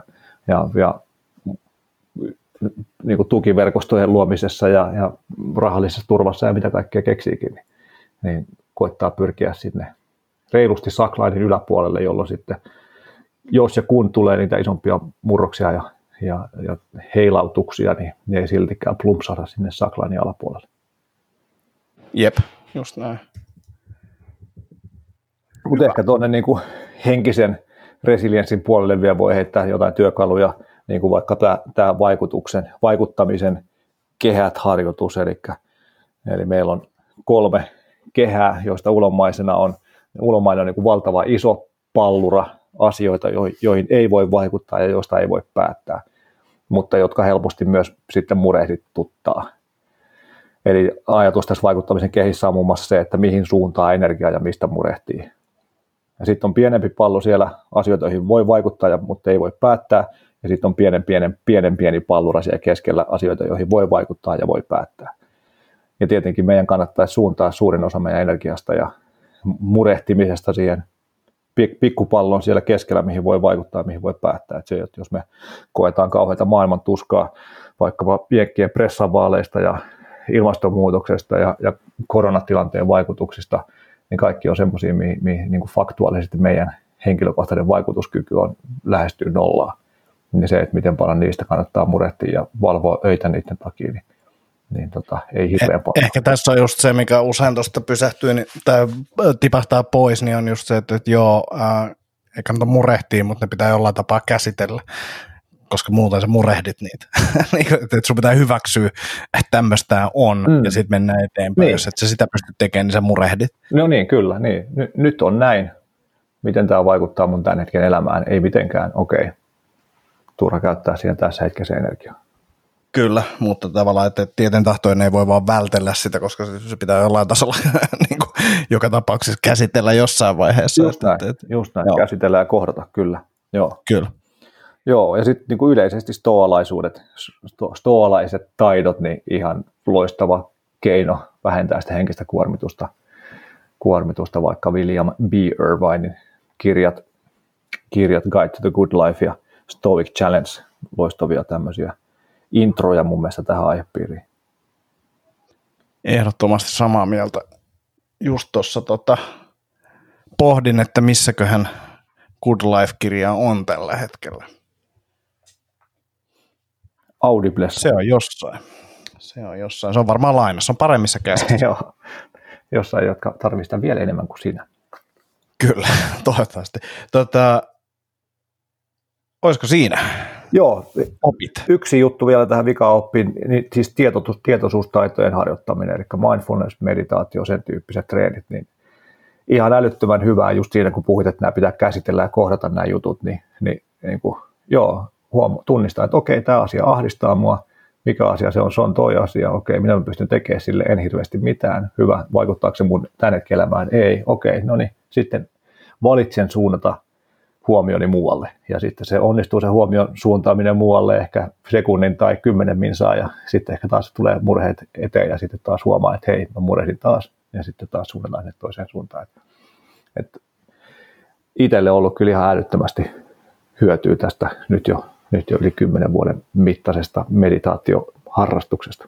niin kuin tukiverkostojen luomisessa ja rahallisessa turvassa ja mitä kaikkea keksiikin, niin koittaa pyrkiä sinne reilusti sucklinein yläpuolelle, jolloin sitten jos ja kun tulee niitä isompia murroksia ja heilautuksia, niin ne ei siltikään plumpsata sinne sucklinein alapuolelle. Jep, just näin. Mutta ehkä tuonne niin kuin henkisen resilienssin puolelle vielä voi heittää jotain työkaluja, niin kuin vaikka tämä vaikuttamisen kehät-harjoitus, eli meillä on 3 kehää, joista ulomainen on niin kuin valtava iso pallura asioita, joihin ei voi vaikuttaa ja joista ei voi päättää, mutta jotka helposti myös sitten murehdituttaa. Eli ajatus tässä vaikuttamisen kehissä on muun muassa se, että mihin suuntaa energiaa ja mistä murehtii. Ja sitten on pienempi pallo siellä asioita, joihin voi vaikuttaa, mutta ei voi päättää. Ja sitten on pieni pallura siellä keskellä asioita, joihin voi vaikuttaa ja voi päättää. Ja tietenkin meidän kannattaisi suuntaa suurin osa meidän energiasta ja murehtimisesta siihen pikkupallon siellä keskellä, mihin voi vaikuttaa, mihin voi päättää. Että jos me koetaan kauheita maailman tuskaa vaikkapa jenkkien pressavaaleista ja ilmastonmuutoksesta ja koronatilanteen vaikutuksista, niin kaikki on semmoisia, mihin niin kuin faktuaalisesti meidän henkilökohtainen vaikutuskyky on lähestyy nollaa. Niin se, että miten paljon niistä kannattaa murehtia ja valvoa öitä niiden takia, niin ei hirveän paljon. Ehkä tässä on just se, mikä usein tuosta pysähtyy tai tipahtaa pois, niin on just se, että ei kannata murehtia, mutta ne pitää jollain tapaa käsitellä, koska muuten sä murehdit niitä. Että sun pitää hyväksyä, että tämmöistä on, ja sitten mennään eteenpäin. Niin. Jos et sä sitä pysty tekemään, niin sä murehdit. No niin, kyllä. Niin. Nyt on näin. Miten tämä vaikuttaa mun tämän hetken elämään? Ei mitenkään. Okei. Turha käyttää siihen tässä hetkessä energiaa. Kyllä, mutta tavallaan, että tieten tahtojen ei voi vaan vältellä sitä, koska se pitää jollain tasolla niin kuin, joka tapauksessa käsitellä jossain vaiheessa. Just näin. Käsitellä ja kohdata, kyllä. Joo. Kyllä. Joo, ja sitten niin yleisesti stoalaiset taidot, niin ihan loistava keino vähentää sitä henkistä kuormitusta vaikka William B. Irvinin kirjat Guide to the Good Life ja Stoic Challenge, loistavia tämmöisiä introja mun mielestä tähän aihepiiriin. Ehdottomasti samaa mieltä. Just tuossa pohdin, että missäköhän Good Life-kirja on tällä hetkellä. Audiblessa. Se on jossain. Se on varmaan lainassa. Se on paremmissa käsissä. Joo. Jossain, jotka tarvitsevat vielä enemmän kuin sinä. Kyllä, toivottavasti. Olisiko siinä? Joo. Opit. Yksi juttu vielä tähän vikaoppiin, niin siis tietoisuustaitojen harjoittaminen, eli mindfulness, meditaatio, sen tyyppiset treenit, niin ihan älyttömän hyvää just siinä, kun puhuit, että nämä pitää käsitellä ja kohdata nämä jutut, niin kuin, tunnistaa, että okei, tämä asia ahdistaa mua, mikä asia se on toi asia, okei, mitä mä pystyn tekemään sille, en hirveästi mitään, hyvä, vaikuttaako se mun tänne elämään, ei, okei, no niin, sitten valitsen suunnata huomioni muualle, ja sitten se onnistuu se huomion suuntaaminen muualle ehkä sekunnin tai 10 minsaa, ja sitten ehkä taas tulee murheet eteen, ja sitten taas huomaa, että hei, mä murehdin taas, ja sitten taas suunnataan ne toiseen suuntaan. Että itselle on ollut kyllä ihan älyttömästi hyötyä tästä nyt jo yli 10 vuoden mittaisesta meditaatioharrastuksesta.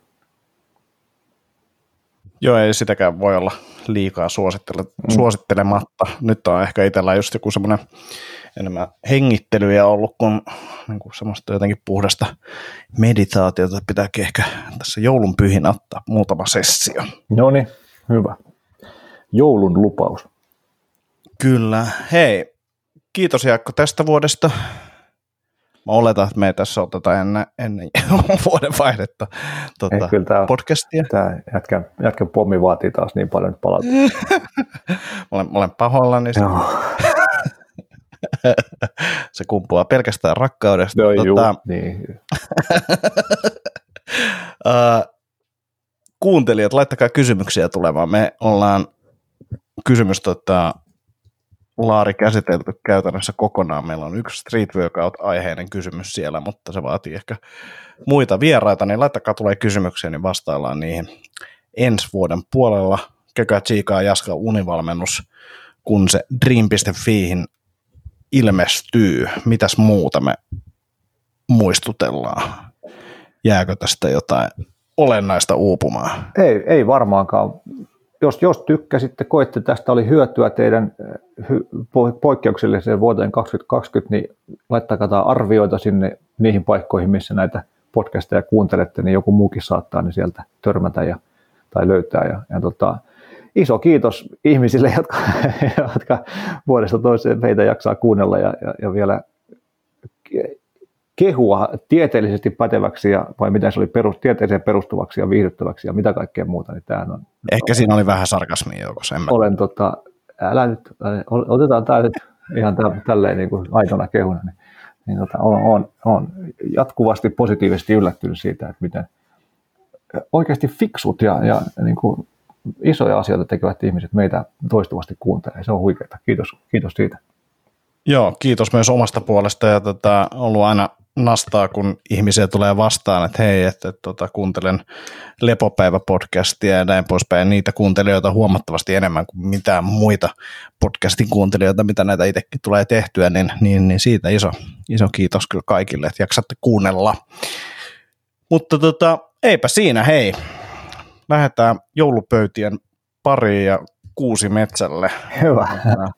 Joo, ei sitäkään voi olla liikaa suosittelematta. Nyt on ehkä itsellä just joku semmoinen enemmän hengittelyjä ollut kuin semmoista jotenkin puhdasta meditaatiota. Pitääkin ehkä tässä joulun pyhin ottaa muutama sessio. No niin, hyvä. Joulun lupaus. Kyllä. Hei, kiitos Jaakko tästä vuodesta. Mä oletan, että me ei tässä oteta ennen vuoden vaihdetta podcastia. Tämä jätkän pommi vaatii taas niin paljon nyt palata. Mä olen pahoillani. Se kumpuaa pelkästään rakkaudesta. Niin. Kuuntelijat, laittakaa kysymyksiä tulemaan. Me ollaan kysymys Laari käsitelty käytännössä kokonaan. Meillä on yksi Street Workout-aiheinen kysymys siellä, mutta se vaatii ehkä muita vieraita, niin laittakaa tulee kysymyksiä, niin vastaillaan niihin ensi vuoden puolella. Käykää tsiikaa Jaska univalmennus, kun se dream.fiihin ilmestyy. Mitäs muuta me muistutellaan? Jääkö tästä jotain olennaista uupumaan? Ei varmaankaan. Jos tykkäsitte, koitte tästä oli hyötyä teidän poikkeukselliseen vuoteen 2020, niin laittakaa arvioita sinne niihin paikkoihin, missä näitä podcasteja kuuntelette, niin joku muukin saattaa niin sieltä törmätä tai löytää. Iso kiitos ihmisille, jotka vuodesta toiseen meitä jaksaa kuunnella ja vielä kehua tieteellisesti päteväksi, vai mitä se oli, tieteelliseen perustuvaksi ja viihdyttäväksi ja mitä kaikkea muuta. Niin tämähän on, ehkä siinä oli vähän sarkasmia joukossa. Älä nyt, otetaan tämä nyt ihan tälleen niin kuin aitona kehuna. Niin on jatkuvasti positiivisesti yllättynyt siitä, että miten oikeasti fiksut ja niin kuin isoja asioita tekevät ihmiset meitä toistuvasti kuuntelee. Se on huikeaa. Kiitos siitä. Joo, kiitos myös omasta puolesta ja ollut aina nastaa, kun ihmisiä tulee vastaan, että hei, että kuuntelen Lepopäivä-podcastia ja näin poispäin. Niitä kuuntelijoita huomattavasti enemmän kuin mitään muita podcastin kuuntelijoita, mitä näitä itsekin tulee tehtyä, niin siitä iso kiitos kyllä kaikille, että jaksatte kuunnella. Mutta eipä siinä, hei. Lähdetään joulupöytien pariin ja Kuusimetsälle. Hyvä.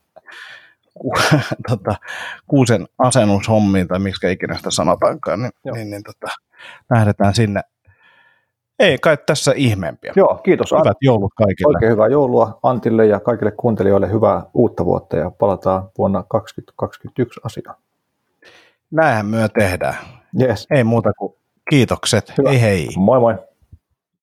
Kuusen asennushommiin tai miksi ikinä sitä sanotaankaan, niin lähdetään sinne. Ei kai tässä ihmeempiä. Joo, kiitos. Hyvät joulut kaikille. Oikein hyvää joulua Antille ja kaikille kuuntelijoille hyvää uutta vuotta ja palataan vuonna 2021 asiaan. Näinhän myö tehdään. Yes. Ei muuta kuin kiitokset. Hyvä. Hei hei. Moi moi.